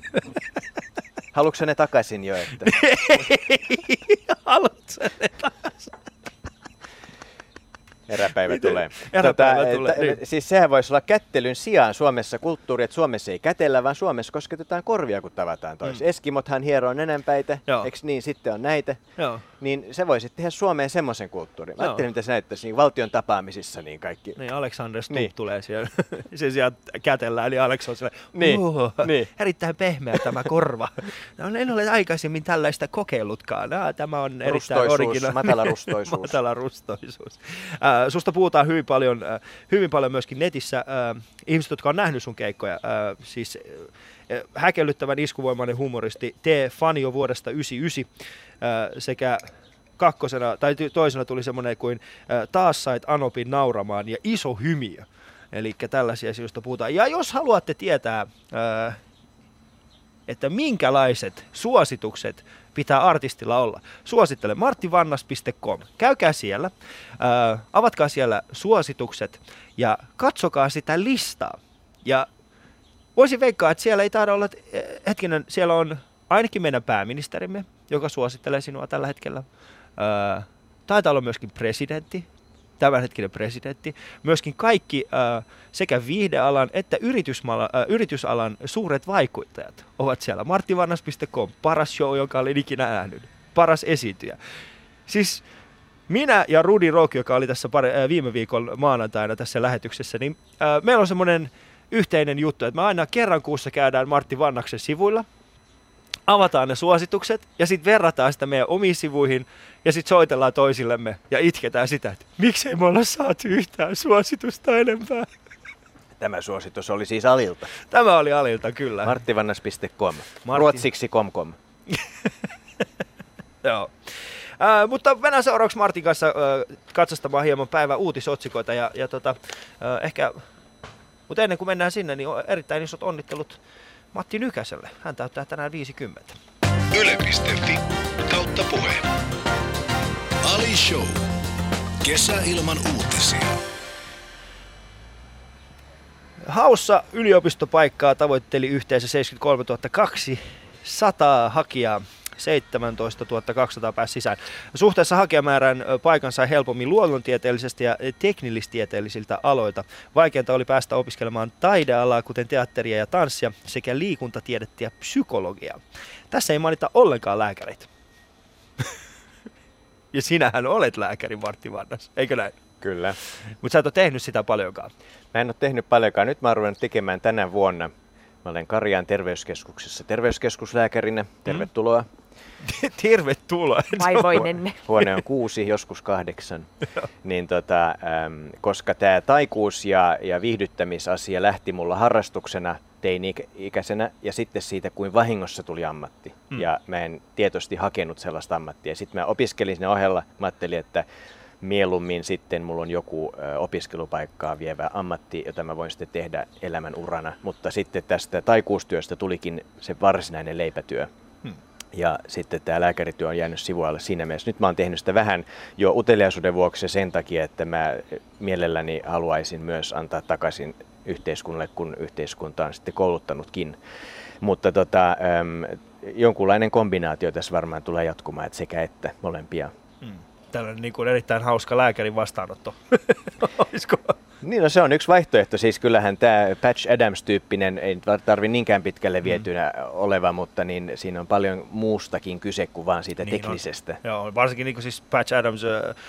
Haluatko ne takaisin jo? Että... Haluatko ne takaisin? Eräpäivä tulee. Eräpäivä tota, tulee, ta, niin. Siis sehän voisi olla kättelyn sijaan Suomessa kulttuuri, että Suomessa ei kätellä, vaan Suomessa kosketetaan korvia, kun tavataan toisen. Mm. Eskimothan hieroo nenänpäitä, eikö niin? Sitten on näitä. Joo. Niin se voisi tehdä Suomeen semmoisen kulttuurin. Mä ajattelin, mitä se näyttäisi niin valtion tapaamisissa niin kaikki. Niin, Alexander Stubb niin. tulee siellä. Sen sijaan kätellään, niin Alex on silleen, niin. Uh, niin. erittäin pehmeä tämä korva. No, en ole aikaisemmin tällaista kokeillutkaan. No, tämä on erittäin rustoisuus, originaali. matala rustoisuus. matala rustoisuus. Äh, susta puhutaan hyvin paljon, äh, hyvin paljon myöskin netissä. Äh, ihmiset, jotka on nähnyt sun keikkoja. Äh, siis äh, häkellyttävän iskuvoimainen humoristi. T-fani jo vuodesta yhdeksänkymmentäyhdeksän. Äh, sekä kakkosena, tai toisena tuli semmoinen kuin äh, taas sait Anopin nauramaan ja iso hymiö. Eli tällaisia asioista puhutaan. Ja jos haluatte tietää, äh, että minkälaiset suositukset pitää artistilla olla, suosittelen marttivannas piste com. Käykää siellä, ää, avatkaa siellä suositukset ja katsokaa sitä listaa. Ja voisin veikkaa, että siellä ei taida olla, hetkinen, siellä on ainakin meidän pääministerimme, joka suosittelee sinua tällä hetkellä. Ää, taitaa olla myöskin presidentti, tämänhetkinen presidentti. Myöskin kaikki ää, sekä viihdealan että yritysmala, ää, yritysalan suuret vaikuttajat ovat siellä. marttivannas piste com, paras show, jonka olen ikinä nähnyt. Paras esiintyjä. Siis minä ja Rudi Rock, joka oli tässä pari, ää, viime viikon maanantaina tässä lähetyksessä, niin ää, meillä on semmoinen yhteinen juttu, että me aina kerran kuussa käydään Martti Vannaksen sivuilla, avataan ne suositukset ja sitten verrataan sitä meidän omiin sivuihin ja sitten soitellaan toisillemme ja itketään sitä, että miksei me olla saatu yhtään suositusta enempää. Tämä suositus oli siis Alilta. Tämä oli Alilta, kyllä. marttivannas piste com. Martti... Ruotsiksi komkom. Joo. Äh, mutta mennään seuraavaksi Martin kanssa äh, katsastamaan hieman päivän uutisotsikoita ja, ja tota, äh, ehkä, mutta ennen kuin mennään sinne, niin on erittäin isot onnittelut Matti Nykäselle. Hän täyttää tänään viisikymmentä. Yle piste fi kautta puhe. Ali Show. Kesä ilman uutisia. Haussa yliopistopaikkaa tavoitteli yhteensä seitsemänkymmentäkolmetuhatta kaksisataa hakijaa. seitsemäntoistatuhatta kaksisataa pääsi sisään. Suhteessa hakijamäärän paikan sai helpommin luonnontieteellisestä ja teknillistieteellisiltä aloilta. Vaikeinta oli päästä opiskelemaan taidealaa, kuten teatteria ja tanssia, sekä liikuntatiedettä ja psykologiaa. Tässä ei mainita ollenkaan lääkäreitä. Ja sinähän olet lääkäri, Martti Vannas, eikö näin? Kyllä. Mutta sä et ole tehnyt sitä paljonkaan. Mä en ole tehnyt paljonkaan. Nyt mä oon ruvennut tekemään tänä vuonna. Mä olen Karjaan terveyskeskuksessa terveyskeskuslääkärinä. Tervetuloa. Tervetuloa. Vaivoinenne. Huone on kuusi, joskus kahdeksan. niin tota, äm, koska tämä taikuus ja, ja viihdyttämisasia lähti mulla harrastuksena teini-ikäisenä ja sitten siitä kuin vahingossa tuli ammatti. Mm. Ja mä en tietoisesti hakenut sellaista ammattia. Sitten mä opiskelin sinne ohella. Mä ajattelin, että mieluummin sitten mulla on joku ö, opiskelupaikkaa vievä ammatti, jota mä voin sitten tehdä elämän urana. Mutta sitten tästä taikuustyöstä tulikin se varsinainen leipätyö. Hmm. Ja sitten tämä lääkärityö on jäänyt sivualle siinä mielessä. Nyt mä oon tehnyt sitä vähän jo uteliaisuuden vuoksi sen takia, että mä mielelläni haluaisin myös antaa takaisin yhteiskunnalle, kun yhteiskunta on sitten kouluttanutkin. Mutta tota, äm, jonkunlainen kombinaatio tässä varmaan tulee jatkumaan, että sekä että molempia. Hmm. Tällainen niin kuin erittäin hauska lääkärin vastaanotto. Olisiko? Niin, no se on yksi vaihtoehto. Siis kyllähän tämä Patch Adams-tyyppinen ei tarvitse niinkään pitkälle vietynä mm. oleva, mutta niin siinä on paljon muustakin kyse kuin vaan siitä niin teknisestä. On. Joo, varsinkin niin kuin siis Patch Adams,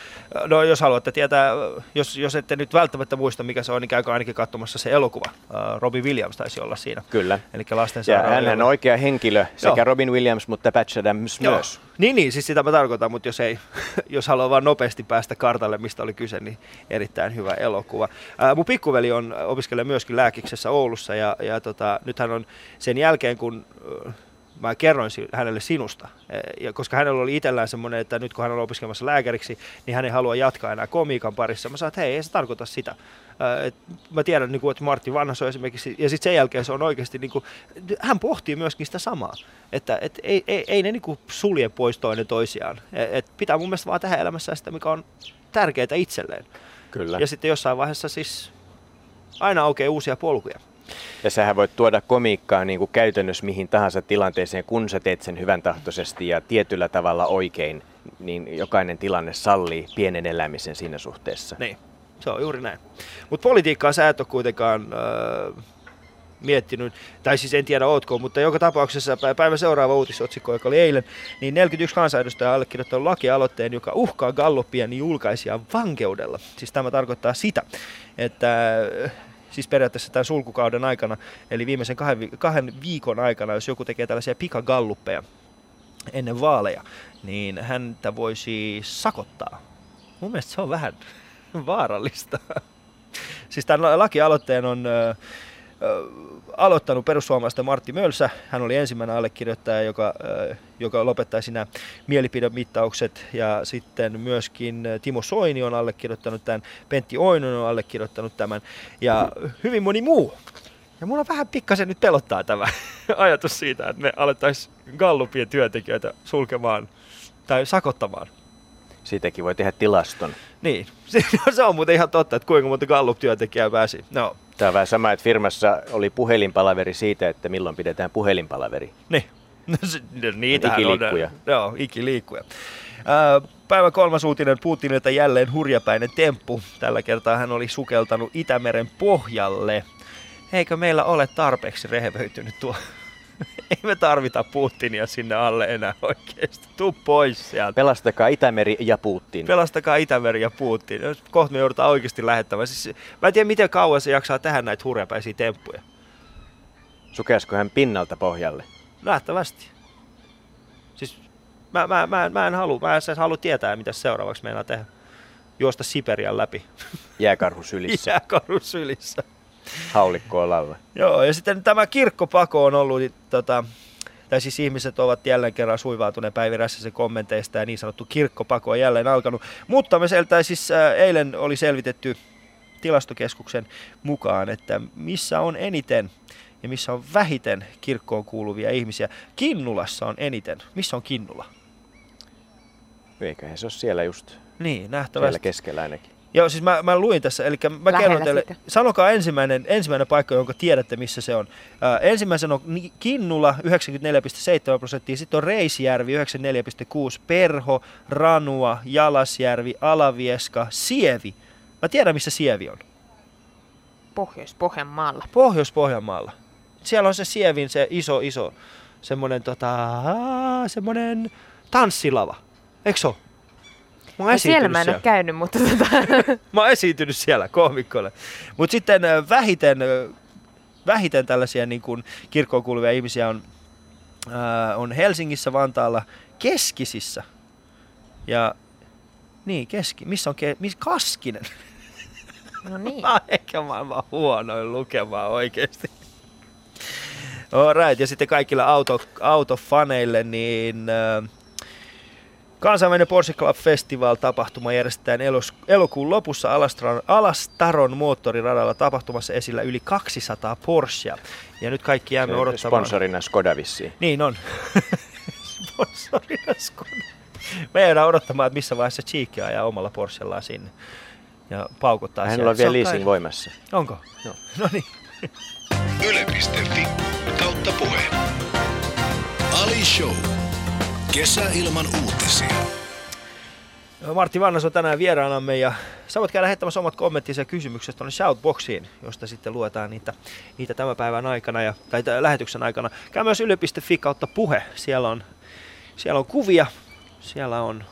no jos haluatte tietää, jos, jos ette nyt välttämättä muista mikä se on, niin käykää ainakin katsomassa se elokuva. Robin Williams taisi olla siinä. Kyllä. Elikkä lastensairaala. Ja hän on oikea henkilö, sekä Joo. Robin Williams, mutta Patch Adams Joo. myös. Niin, niin, siis sitä mä tarkoitan, mutta jos, ei, jos haluaa vaan nopeasti päästä kartalle, mistä oli kyse, niin erittäin hyvä elokuva. Ää, mun pikkuveli on, opiskelee myöskin lääkiksessä Oulussa ja, ja tota, nyt hän on sen jälkeen, kun äh, mä kerroin hänelle sinusta, ja koska hänellä oli itsellään semmoinen, että nyt kun hän on opiskelemassa lääkäriksi, niin hän ei halua jatkaa enää komiikan parissa. Mä sanoin, että hei, ei se tarkoita sitä. Äh, et mä tiedän, niin kuin, että Martti Vannas on esimerkiksi, ja sitten sen jälkeen se on oikeasti, niin kuin, hän pohtii myöskin sitä samaa, että et, ei, ei, ei ne niin kuin sulje pois toinen toisiaan. Et, et pitää mun mielestä vaan tehdä elämässä sitä, mikä on tärkeää itselleen. Kyllä. Ja sitten jossain vaiheessa siis aina aukeaa uusia polkuja. Ja sähän voit tuoda komiikkaa niin kuin käytännössä mihin tahansa tilanteeseen, kun sä teet sen hyvän tahtoisesti ja tietyllä tavalla oikein, niin jokainen tilanne sallii pienen elämisen siinä suhteessa. Niin, se on juuri näin. Mutta politiikkaa sä et ole kuitenkaan äh, miettinyt, tai siis en tiedä ootko, mutta joka tapauksessa päivän seuraava uutisotsikko, joka oli eilen, niin neljäkymmentäyksi kansanedustajaa allekirjoittanut lakialoitteen, joka uhkaa Gallupien julkaisijan vankeudella. Siis tämä tarkoittaa sitä, että siis periaatteessa tämän sulkukauden aikana, eli viimeisen kahden, kahden viikon aikana, jos joku tekee tällaisia pikagalluppeja ennen vaaleja, niin häntä voisi sakottaa. Mun mielestä se on vähän, Vaarallista. Siis tämän lakialoitteen on ö, ö, aloittanut perussuomalaisten Martti Mölsä. Hän oli ensimmäinen allekirjoittaja, joka, ö, joka lopettaisi nämä mielipidemittaukset. Ja sitten myöskin Timo Soini on allekirjoittanut tämän, Pentti Oinonen on allekirjoittanut tämän ja hyvin moni muu. Ja mulla vähän pikkasen nyt pelottaa tämä ajatus siitä, että me alettaisiin Gallupien työntekijöitä sulkemaan tai sakottamaan. Siitäkin voi tehdä tilaston. Niin, se on muuten ihan totta, että kuinka monta Gallup-työntekijää pääsi. No. Tämä on vähän sama, että firmassa oli puhelinpalaveri siitä, että milloin pidetään puhelinpalaveri. Niin, no, niitähän ikiliikkuja. on. Joo, ikiliikkuja. Päivän kolmas uutinen, Putinilta jälleen hurjapäinen temppu. Tällä kertaa hän oli sukeltanut Itämeren pohjalle. Eikö meillä ole tarpeeksi rehevöitynyt tuo? Ei me tarvita Putinia sinne alle enää oikeasti. Tuu pois sieltä. Pelastakaa Itämeri ja Putin. Pelastakaa Itämeri ja Putin. Kohta me joudutaan oikeasti lähettämään. Siis, mä en tiedä, miten kauan se jaksaa tehdä näitä hurjapäisiä temppuja. Sukeasko hän pinnalta pohjalle? Nähtävästi. Siis mä, mä, mä, mä en halua, mä en halua tietää, mitä seuraavaksi meinaa tehdä. Juosta Siperian läpi. Jääkarhu sylissä. Jääkarhu sylissä. Haulikko olalla. Joo, ja sitten tämä kirkkopako on ollut, tota, tai siis ihmiset ovat jälleen kerran suivautuneet Päivi Räsäsen kommenteista ja niin sanottu kirkkopako on jälleen alkanut. Mutta me sieltä siis ä, eilen oli selvitetty tilastokeskuksen mukaan, että missä on eniten ja missä on vähiten kirkkoon kuuluvia ihmisiä. Kinnulassa on eniten. Missä on Kinnula? Eiköhän se ole siellä just. Niin, nähtävästi. Siellä keskellä ainakin. Joo, siis mä, mä luin tässä, eli mä Lähellä kerron teille, sitä. sanokaa ensimmäinen, ensimmäinen paikka, jonka tiedätte, missä se on. Ää, ensimmäisen on Kinnula, yhdeksänkymmentäneljä pilkku seitsemän prosenttia, sitten on Reisjärvi, yhdeksänkymmentäneljä pilkku kuusi, Perho, Ranua, Jalasjärvi, Alavieska, Sievi. Mä tiedän, missä Sievi on. Pohjois-Pohjanmaalla. Pohjois-Pohjanmaalla. Siellä on se Sievin, se iso, iso, semmonen tota, semmonen tanssilava. Eikö se ole? Mä oon No siellä mä en siellä. ole käynyt, mutta tota... Mä oon esiintynyt siellä koomikkoille. Mutta sitten äh, vähiten, äh, vähiten tällaisia niin kuin kirkkoon kuuluvia ihmisiä on, äh, on Helsingissä, Vantaalla, Keskisissä. Ja niin, Keski. Missä on ke, missä Kaskinen? No niin. Mä oon ehkä maailman huonoin lukemaan oikeesti. Alright, ja sitten kaikille auto, autofaneille, niin äh, kansainvälinen Porsche Club Festival -tapahtuma järjestetään elos, elokuun lopussa Alastaron, Alastaron moottoriradalla. Tapahtumassa esillä yli kaksisataa Porschea. Ja nyt kaikki jäämme odottamaan. Sponsorina Skoda vissiin. Niin on. Sponsorina Skoda. Me jäädään odottamaan, että missä vaiheessa Cheekki ajaa omalla Porschellaan sinne. Ja paukuttaa siellä. Hänellä on vielä Se leasing kai- voimassa. Onko? Joo. No niin. Yle piste fi kautta puhe. Ali Show. Kesä ilman uutisia. Martti Vannas on tänään vieraanamme ja sä voit käydä lähettämässä omat kommenttisi ja kysymykset tuonne Shoutboxiin, josta sitten luetaan niitä, niitä tämän päivän aikana ja, tai tämän lähetyksen aikana. Käy myös yle piste fi kautta puhe. Siellä on, siellä on kuvia, siellä on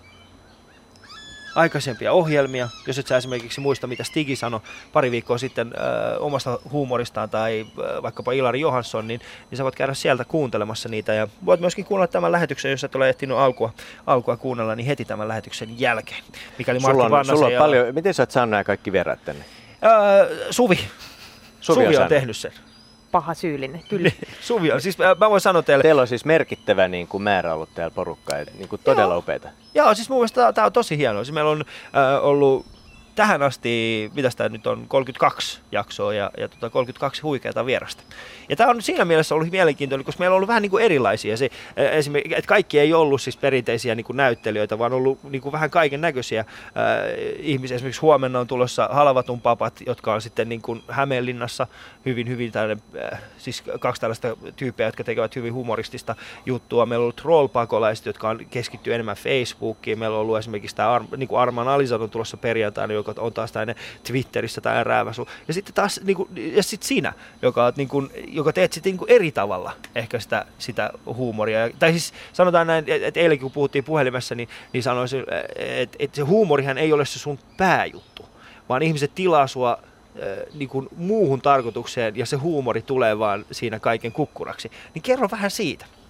aikaisempia ohjelmia. Jos et sä esimerkiksi muista, mitä Stigi sanoi pari viikkoa sitten äh, omasta huumoristaan tai äh, vaikkapa Ilari Johansson, niin, niin sä voit käydä sieltä kuuntelemassa niitä. Ja voit myöskin kuunnella tämän lähetyksen, jos et ole ehtinyt alkua, alkua kuunnella, niin heti tämän lähetyksen jälkeen. Mikäli Martti Sulla on, Vannas sulla on ei paljon, miten sä oot saanut nämä kaikki vieraat tänne? Äh, Suvi. Suvi, Suvi on saanut. tehnyt sen. Paha syyllinen, kyllä. Suvi on. Siis äh, mä voin sanoa teille. Teillä on siis merkittävä niin kuin määrä ollut täällä porukkaa, niin kuin todella Joo. upeita. Joo, siis mun mielestä tämä on tosi hienoa. Siis meillä on äh, ollut tähän asti, mitäs tämä nyt on, kolmekymmentäkaksi jaksoa ja, ja tota kolmekymmentäkaksi huikeata vierasta. Ja tämä on siinä mielessä ollut mielenkiintoinen, koska meillä on ollut vähän niin kuin erilaisia. Se, äh, esimerkiksi, että kaikki ei ollut siis perinteisiä niin kuin näyttelijöitä, vaan ollut niin kuin vähän kaiken näköisiä äh, ihmisiä. Esimerkiksi huomenna on tulossa Halvatun papat, jotka on sitten niin kuin Hämeenlinnassa hyvin, hyvin tällainen, äh, siis kaksi tällaista tyyppejä, jotka tekevät hyvin humoristista juttua. Meillä on ollut troll-pakolaiset, jotka on keskittyy enemmän Facebookiin. Meillä on ollut esimerkiksi tämä Ar- niin kuin Arman Alisat on tulossa perjantaina, joka on taas tämmöinen Twitterissä tai rääväsu. Ja sitten taas, niin kuin, ja sitten sinä, joka, on, niin kuin, joka teet sitten niin kuin eri tavalla ehkä sitä, sitä huumoria. Tai siis sanotaan näin, että eilenkin kun puhuttiin puhelimessa, niin, niin sanoisin, että, että se huumorihan ei ole se sun pääjuttu, vaan ihmiset tilaa sua niin kuin muuhun tarkoitukseen ja se huumori tulee vaan siinä kaiken kukkuraksi. Niin kerro vähän siitä.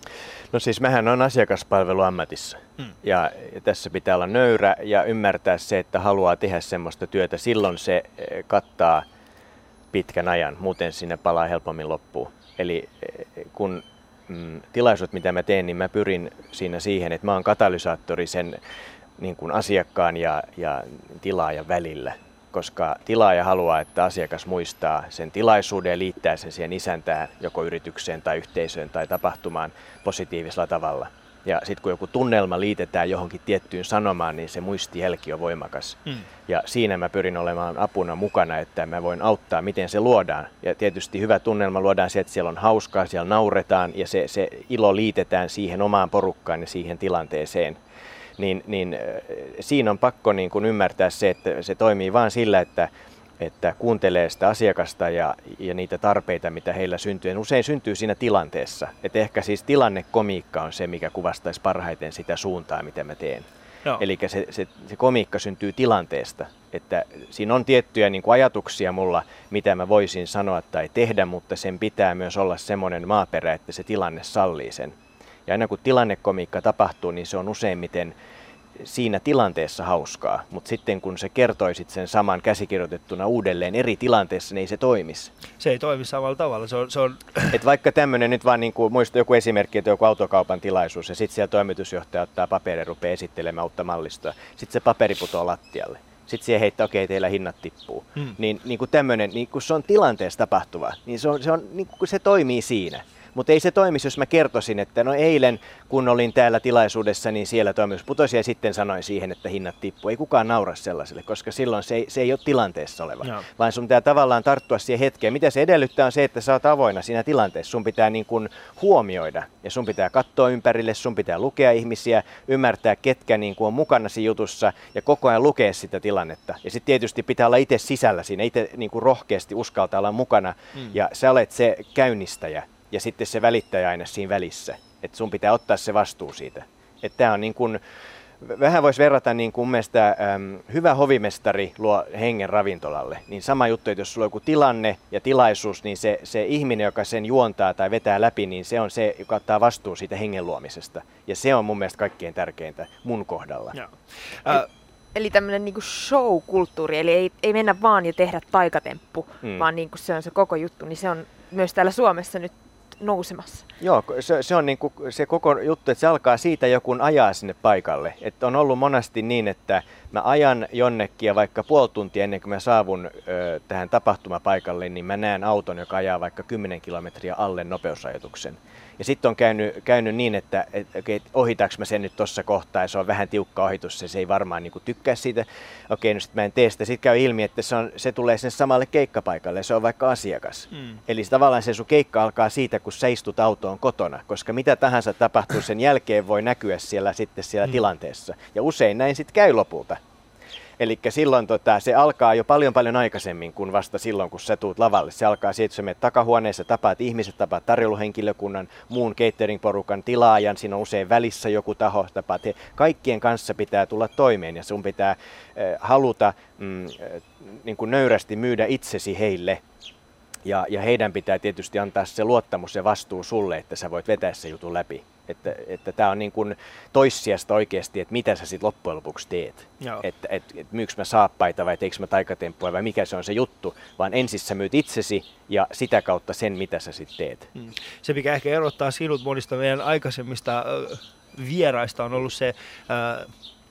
No siis mähän on asiakaspalveluammatissa mm. ja, ja tässä pitää olla nöyrä ja ymmärtää se, että haluaa tehdä semmoista työtä. Silloin se kattaa pitkän ajan, muuten sinne palaa helpommin loppuun. Eli kun mm, tilaisuudet, mitä mä teen, niin mä pyrin siinä siihen, että mä oon katalysaattori sen niin kuin asiakkaan ja, ja tilaajan välillä. Koska tilaaja haluaa, että asiakas muistaa sen tilaisuuden ja liittää sen siihen isäntään, joko yritykseen tai yhteisöön tai tapahtumaan positiivisella tavalla. Ja sitten kun joku tunnelma liitetään johonkin tiettyyn sanomaan, niin se muistijälki on voimakas. Mm. Ja siinä mä pyrin olemaan apuna mukana, että mä voin auttaa, miten se luodaan. Ja tietysti hyvä tunnelma luodaan se, että siellä on hauskaa, siellä nauretaan ja se, se ilo liitetään siihen omaan porukkaan ja siihen tilanteeseen. Niin, niin siinä on pakko niin kuin ymmärtää se, että se toimii vain sillä, että, että kuuntelee sitä asiakasta ja, ja niitä tarpeita, mitä heillä syntyy. Ja usein syntyy siinä tilanteessa. Että ehkä siis tilannekomiikka on se, mikä kuvastaisi parhaiten sitä suuntaa, mitä mä teen. No. Eli se, se, se komiikka syntyy tilanteesta. Että siinä on tiettyjä niin kuin ajatuksia mulla, mitä mä voisin sanoa tai tehdä, mutta sen pitää myös olla semmoinen maaperä, että se tilanne sallii sen. Ja aina kun tilannekomiikka tapahtuu, niin se on useimmiten siinä tilanteessa hauskaa. Mutta sitten kun sä kertoisit sen saman käsikirjoitettuna uudelleen eri tilanteessa, niin ei se toimisi. Se ei toimi samalla tavalla. Se on, se on... Et vaikka tämmöinen nyt vaan, niin kuin, muista joku esimerkki, että joku autokaupan tilaisuus, ja sitten siellä toimitusjohtaja ottaa paperia ja rupeaa esittelemään uutta mallistoa. Sitten se paperi putoaa lattialle. Sitten siihen heittää, okei, okay, teillä hinnat tippuu. Hmm. Niin, niin kuin tämmöinen, niin kun se on tilanteessa tapahtuva, niin se, on, se, on, niin kuin se toimii siinä. Mutta ei se toimisi, jos mä kertoisin, että no eilen kun olin täällä tilaisuudessa, niin siellä toimitus putosi ja sitten sanoin siihen, että hinnat tippuu. Ei kukaan naura sellaiselle, koska silloin se ei, se ei ole tilanteessa oleva, no. Vaan sun pitää tavallaan tarttua siihen hetkeen. Mitä se edellyttää on se, että sä oot avoinna siinä tilanteessa. Sun pitää niin kuin huomioida ja sun pitää katsoa ympärille, sun pitää lukea ihmisiä, ymmärtää ketkä niin kuin on mukana siinä jutussa ja koko ajan lukea sitä tilannetta. Ja sitten tietysti pitää olla itse sisällä siinä, itse niin kuin rohkeasti uskaltaa olla mukana mm. ja sä olet se käynnistäjä. Ja sitten se välittäjä aina siinä välissä, että sun pitää ottaa se vastuu siitä. Että tää on niin kuin, vähän voisi verrata niin kuin mun mielestä äm, hyvä hovimestari luo hengen ravintolalle. Niin sama juttu, että jos sulla on joku tilanne ja tilaisuus, niin se, se ihminen, joka sen juontaa tai vetää läpi, niin se on se, joka ottaa vastuu siitä hengen luomisesta. Ja se on mun mielestä kaikkein tärkeintä mun kohdalla. Joo. Äh. Eli tämmöinen niinku show-kulttuuri, eli ei, ei mennä vaan ja tehdä taikatemppu, mm. vaan niinku se on se koko juttu, niin se on myös täällä Suomessa nyt nousemassa. Joo, se, se on niin kuin se koko juttu, että se alkaa siitä joku ajaa sinne paikalle. Että on ollut monasti niin, että mä ajan jonnekin ja vaikka puoli tuntia ennen kuin mä saavun ö, tähän tapahtumapaikalle, niin mä näen auton, joka ajaa vaikka kymmenen kilometriä alle nopeusrajoituksen. Ja sitten on käynyt, käynyt niin, että et, okay, ohitaanko mä sen nyt tuossa kohtaa ja se on vähän tiukka ohitus ja se ei varmaan niin kuin tykkää siitä. Okei, no sitten mä en tee sitä. Sitten käy ilmi, että se, on, se tulee sinne samalle keikkapaikalle ja se on vaikka asiakas. Mm. Eli tavallaan se sun keikka alkaa siitä, kun sä istut autoon kotona, koska mitä tahansa tapahtuu sen jälkeen voi näkyä siellä sitten siellä mm. tilanteessa. Ja usein näin sitten käy lopulta. Eli silloin tota, se alkaa jo paljon paljon aikaisemmin kuin vasta silloin, kun sä tuut lavalle. Se alkaa siitä, että sä menet takahuoneessa, tapaat ihmiset, tapaat tarjouluhenkilökunnan, muun catering-porukan, tilaajan, siinä on usein välissä joku taho, tapaat he. Kaikkien kanssa pitää tulla toimeen ja sun pitää äh, haluta mm, äh, niin kuin nöyrästi myydä itsesi heille. Ja, ja heidän pitää tietysti antaa se luottamus ja vastuu sulle, että sä voit vetää se jutun läpi. Että, että tämä on niin kuin toissijasta oikeasti, että mitä sä sitten loppujen lopuksi teet. Että et, et, myykö mä saappaita vai teikö mä taikatemppuja vai mikä se on se juttu. Vaan ensin sä myyt itsesi ja sitä kautta sen, mitä sä sitten teet. Hmm. Se, mikä ehkä erottaa sinut monista meidän aikaisemmista äh, vieraista on ollut se, äh,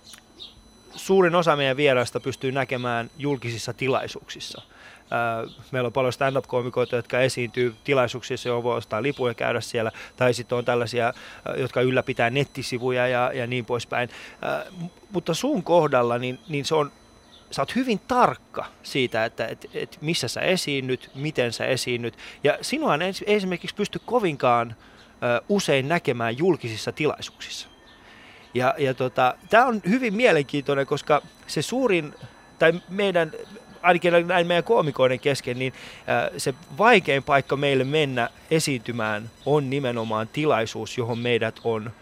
suurin osa meidän vieraista pystyy näkemään julkisissa tilaisuuksissa. Meillä on paljon stand-up-koomikoita, jotka esiintyy tilaisuuksissa, johon voi ostaa lipuja käydä siellä, tai sitten on tällaisia, jotka ylläpitää nettisivuja ja, ja niin poispäin. Mutta sun kohdalla niin, niin se on, sä oot hyvin tarkka siitä, että et, et missä sä esiinnyt, miten sä esiinnyt, ja sinua ei esimerkiksi pysty kovinkaan usein näkemään julkisissa tilaisuuksissa. Ja, ja tota, tämä on hyvin mielenkiintoinen, koska se suurin, tai meidän ainakin näin meidän koomikoiden kesken, niin se vaikein paikka meille mennä esiintymään on nimenomaan tilaisuus, johon meidät on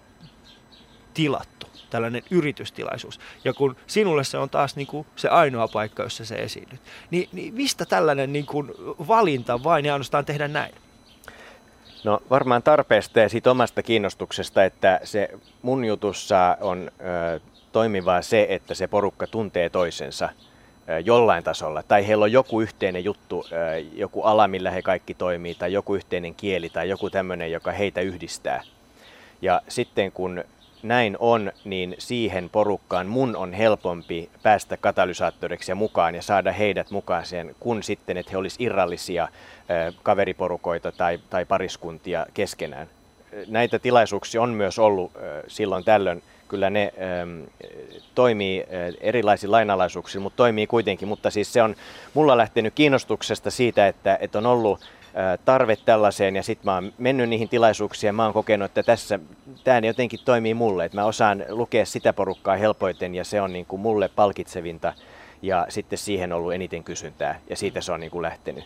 tilattu. Tällainen yritystilaisuus. Ja kun sinulle se on taas niin kuin se ainoa paikka, jossa se esiinnyt, niin, niin mistä tällainen niin kuin valinta vain ja ainoastaan tehdä näin? No varmaan tarpeesta ja siitä omasta kiinnostuksesta, että se mun jutussa on ö, toimivaa se, että se porukka tuntee toisensa ö, jollain tasolla. Tai heillä on joku yhteinen juttu, ö, joku ala, millä he kaikki toimii, tai joku yhteinen kieli, tai joku tämmöinen, joka heitä yhdistää. Ja sitten kun näin on, niin siihen porukkaan mun on helpompi päästä katalysaattoriksi ja mukaan ja saada heidät mukaan siihen, kun sitten, että he olisi irrallisia ö, kaveriporukoita tai, tai pariskuntia keskenään. Näitä tilaisuuksia on myös ollut ö, silloin tällöin. Kyllä ne ö, toimii ö, erilaisilla lainalaisuuksilla, mutta toimii kuitenkin. Mutta siis se on mulla lähtenyt kiinnostuksesta siitä, että, että on ollut tarve tällaiseen ja sitten mä oon mennyt niihin tilaisuuksiin ja mä oon kokenut, että tässä tämä jotenkin toimii mulle, että mä osaan lukea sitä porukkaa helpoiten ja se on niin kuin mulle palkitsevinta ja sitten siihen on ollut eniten kysyntää ja siitä se on niin kuin lähtenyt.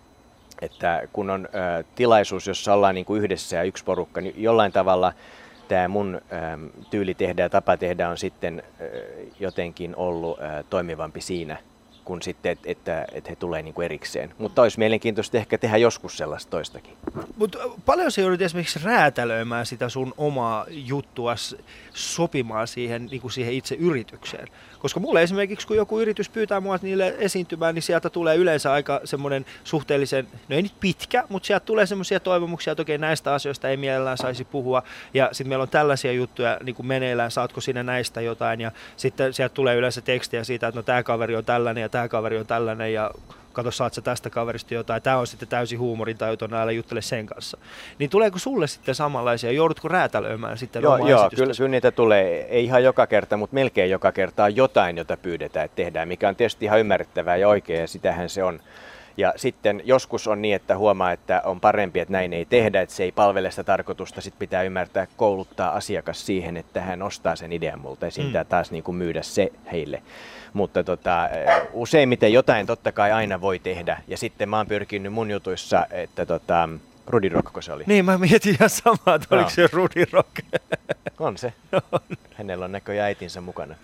Että kun on ä, tilaisuus, jossa ollaan niin kuin yhdessä ja yksi porukka, niin jollain tavalla tämä mun ä, tyyli tehdä ja tapa tehdä on sitten ä, jotenkin ollut ä, toimivampi siinä, kun sitten, että, että, että he tulee niin kuin erikseen. Mutta olisi mielenkiintoista ehkä tehdä joskus sellaista toistakin. Mutta paljon sä joudut esimerkiksi räätälöimään sitä sun omaa juttua sopimaan siihen, niin kuin siihen itse yritykseen. Koska mulle esimerkiksi, kun joku yritys pyytää mua niille esiintymään, niin sieltä tulee yleensä aika semmoinen suhteellisen, no ei nyt pitkä, mutta sieltä tulee semmoisia toivomuksia, että okei, näistä asioista ei mielellään saisi puhua. Ja sitten meillä on tällaisia juttuja niin kuin meneillään, saatko sinä näistä jotain. Ja sitten sieltä tulee yleensä tekstiä siitä, että no tämä kaveri on tällainen ja tämä kaveri on tällainen ja kato, saat sä tästä kaverista jotain, tämä on sitten täysin huumorintajuton, älä juttele sen kanssa. Niin tuleeko sulle sitten samanlaisia, joudutko räätälöimään sitten joo, omaa joo, esitystä? kyllä niitä tulee, ei ihan joka kerta, mutta melkein joka kerta on jotain, jota pyydetään, että tehdään, mikä on tietysti ihan ymmärrettävää ja oikein, ja sitähän se on. Ja sitten joskus on niin, että huomaa, että on parempi, että näin ei tehdä, että se ei palvele sitä tarkoitusta. Sitten pitää ymmärtää kouluttaa asiakas siihen, että hän ostaa sen idean multa ja siitä mm. taas niin kuin myydä se heille. Mutta tota, useimmiten jotain totta kai aina voi tehdä. Ja sitten mä oon pyrkinyt mun jutuissa, että tota, Rudi Rock, se oli. Niin, mä mietin ihan samaa, että no. Oliko se Rudi Rock? On se. Hänellä on näköjään äitinsä mukana.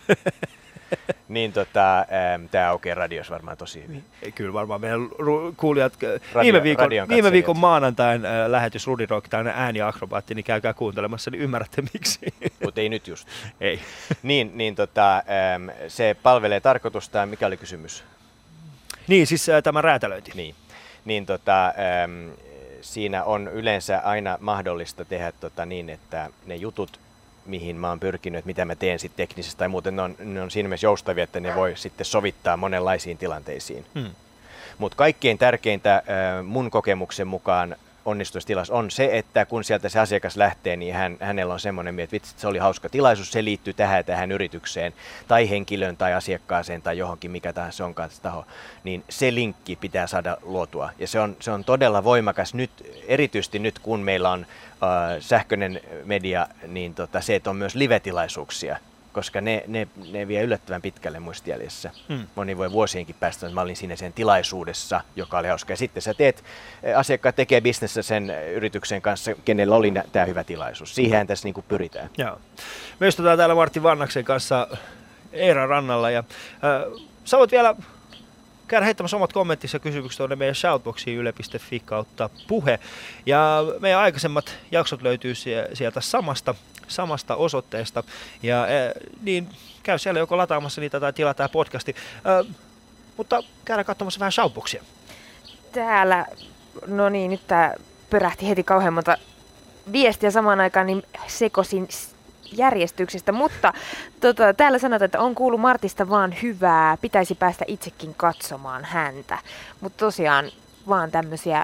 Niin tota, tämä aukeaa radios varmaan tosi hyvin. Kyllä varmaan meidän kuulijat, Radio, viime viikon, viime viikon maanantain äh, lähetys Rudi Rock, tämmöinen ääniakrobaatti, niin käykää kuuntelemassa, niin ymmärrätte miksi. Mutta ei nyt just. Ei. niin, niin tota, ähm, se palvelee tarkoitusta, mikä oli kysymys? Niin, siis äh, tämä räätälöinti. Niin, niin tota, ähm, siinä on yleensä aina mahdollista tehdä tota niin, että ne jutut, mihin mä oon pyrkinyt, että mitä mä teen sitten teknisesti tai muuten, ne on, ne on siinä mielessä joustavia, että ne voi sitten sovittaa monenlaisiin tilanteisiin. Hmm. Mutta kaikkein tärkeintä äh, mun kokemuksen mukaan onnistumistilassa on se, että kun sieltä se asiakas lähtee, niin hän, hänellä on semmoinen mieltä, että vitsi, se oli hauska tilaisuus, se liittyy tähän tähän yritykseen tai henkilöön tai asiakkaaseen tai johonkin, mikä tahansa onkaan se taho, niin se linkki pitää saada luotua. Ja se on, se on todella voimakas nyt, erityisesti nyt kun meillä on äh, sähköinen media, niin tota, se, että on myös live-tilaisuuksia, koska ne, ne, ne vie yllättävän pitkälle muistijäljessä. Hmm. Moni voi vuosienkin päästä, että mä olin siinä sen tilaisuudessa, joka oli hauska. Ja sitten sä teet, asiakkaat tekee bisnessä sen yrityksen kanssa, kenellä oli tämä hyvä tilaisuus. Siihen tässä niin kuin pyritään. Joo. Me istutaan täällä Martti Vannaksen kanssa Eeran rannalla. Ja, äh, sä voit vielä käydä heittämässä omat kommenttisi ja kysymykset tuonne meidän shoutboxiin yle piste fi kautta puhe. Ja meidän aikaisemmat jaksot löytyy sieltä samasta, samasta osoitteesta. Ja niin käy siellä joko lataamassa niitä tai tilaa tämä podcasti. Äh, mutta käydään katsomassa vähän shoutboxia. Täällä, no niin, nyt tää pörähti heti kauhean monta viestiä samaan aikaan, niin sekosin järjestyksestä, mutta tota, täällä sanotaan, että on kuullut Martista vaan hyvää, pitäisi päästä itsekin katsomaan häntä, mutta tosiaan vaan tämmöisiä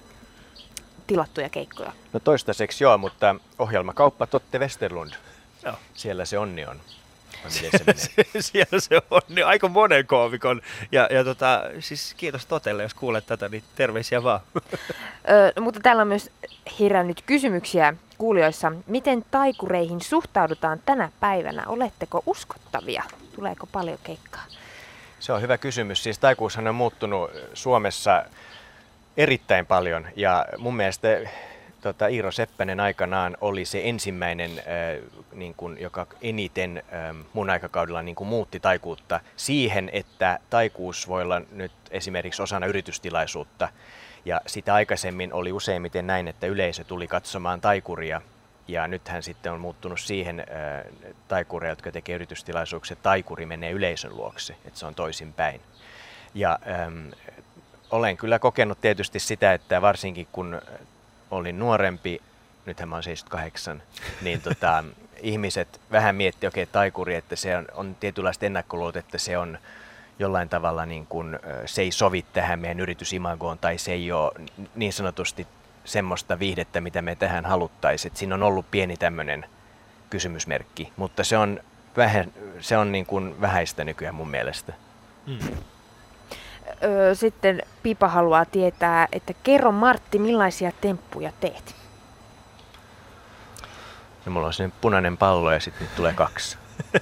tilattuja keikkoja. No toistaiseksi joo, mutta ohjelmakauppa Totte Westerlund, joo. Siellä se onni on. Se siellä se on niin aika monen koomikon. Ja, ja tota, siis kiitos Totelle, jos kuulet tätä, niin terveisiä vaan. Ö, mutta täällä on myös herännyt kysymyksiä kuulijoissa. Miten taikureihin suhtaudutaan tänä päivänä? Oletteko uskottavia? Tuleeko paljon keikkaa? Se on hyvä kysymys. Siis taikuushan on muuttunut Suomessa erittäin paljon ja mun mielestä Tota, Iiro Seppänen aikanaan oli se ensimmäinen, äh, niin kuin, joka eniten äh, mun aikakaudella niin kuin muutti taikuutta siihen, että taikuus voi olla nyt esimerkiksi osana yritystilaisuutta. Ja sitä aikaisemmin oli useimmiten näin, että yleisö tuli katsomaan taikuria. Ja nythän sitten on muuttunut siihen äh, taikuria, jotka tekee yritystilaisuuksia, että taikuri menee yleisön luokse, että se on toisinpäin. Ja ähm, olen kyllä kokenut tietysti sitä, että varsinkin kun olin nuorempi, nythän mä oon seitsemänkymmentäkahdeksan, niin tota, ihmiset vähän miettii, okei, okay, taikuri, että se on, on tietynlaista ennakkoluulot, että se on jollain tavalla niin kuin, se ei sovi tähän meidän yritysimagoon tai se ei ole niin sanotusti semmoista viihdettä, mitä me tähän haluttaisiin. Siinä on ollut pieni tämmöinen kysymysmerkki, mutta se on, vähän, se on niin kuin vähäistä nykyään mun mielestä. Mm. Öö, sitten Pipa haluaa tietää, että kerro Martti, millaisia temppuja teet? No, mulla on sellainen punainen pallo ja sitten nyt tulee kaksi.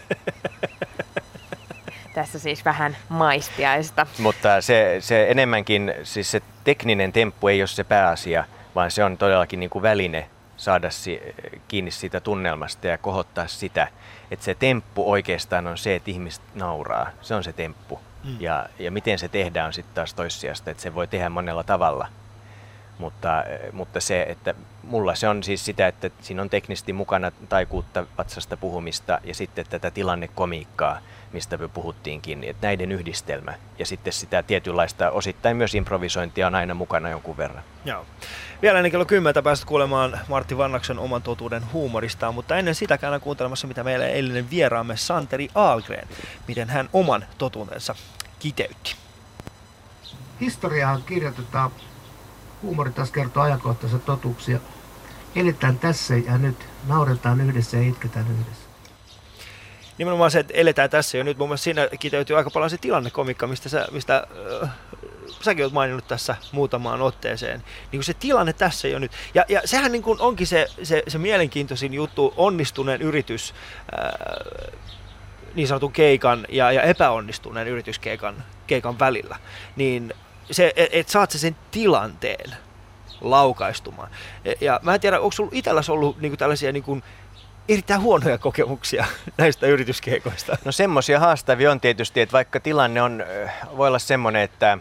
Tässä siis vähän maistiaista. Mutta se, se enemmänkin, siis se tekninen temppu ei ole se pääasia, vaan se on todellakin niin kuin väline saada si- kiinni siitä tunnelmasta ja kohottaa sitä. Että se temppu oikeastaan on se, että ihmiset nauraa. Se on se temppu. Mm. Ja, ja miten se tehdään on sitten taas toissijasta, että se voi tehdä monella tavalla. Mutta, mutta se, että mulla se on siis sitä, että siinä on teknisesti mukana taikuutta, vatsasta puhumista ja sitten tätä tilannekomiikkaa, mistä me puhuttiinkin, että näiden yhdistelmä ja sitten sitä tietynlaista osittain myös improvisointia on aina mukana jonkun verran. Joo. Vielä ennen kello kymmentä pääset kuulemaan Martti Vannaksen oman totuuden huumoristaan, mutta ennen sitä käydään kuuntelemassa, mitä meillä eilinen vieraamme Santeri Ahlgren, miten hän oman totuutensa kiteytti. Historiaa kirjoitetaan, huumori taas kertoo ajankohtaisia totuuksia. Eletään tässä ja nyt, nauretaan yhdessä ja itketään yhdessä. Nimenomaan se, että eletään tässä jo nyt. Mun mielestä siinä kiteytyy aika paljon se tilannekomikka, mistä, sä, mistä äh, säkin olet maininnut tässä muutamaan otteeseen. Niin kuin se tilanne tässä jo nyt. Ja, ja sehän niin kuin onkin se, se, se mielenkiintoisin juttu, onnistuneen yritys, äh, niin sanotun keikan ja, ja epäonnistuneen yrityskeikan keikan välillä. Niin se, että et saat sen tilanteen laukaistumaan. Ja mä en tiedä, onko sulla itselläsi ollut niin kuin tällaisia niin kuin erittäin huonoja kokemuksia näistä yrityskeikoista? No semmoisia haastavia on tietysti, että vaikka tilanne on, voi olla semmoinen, että,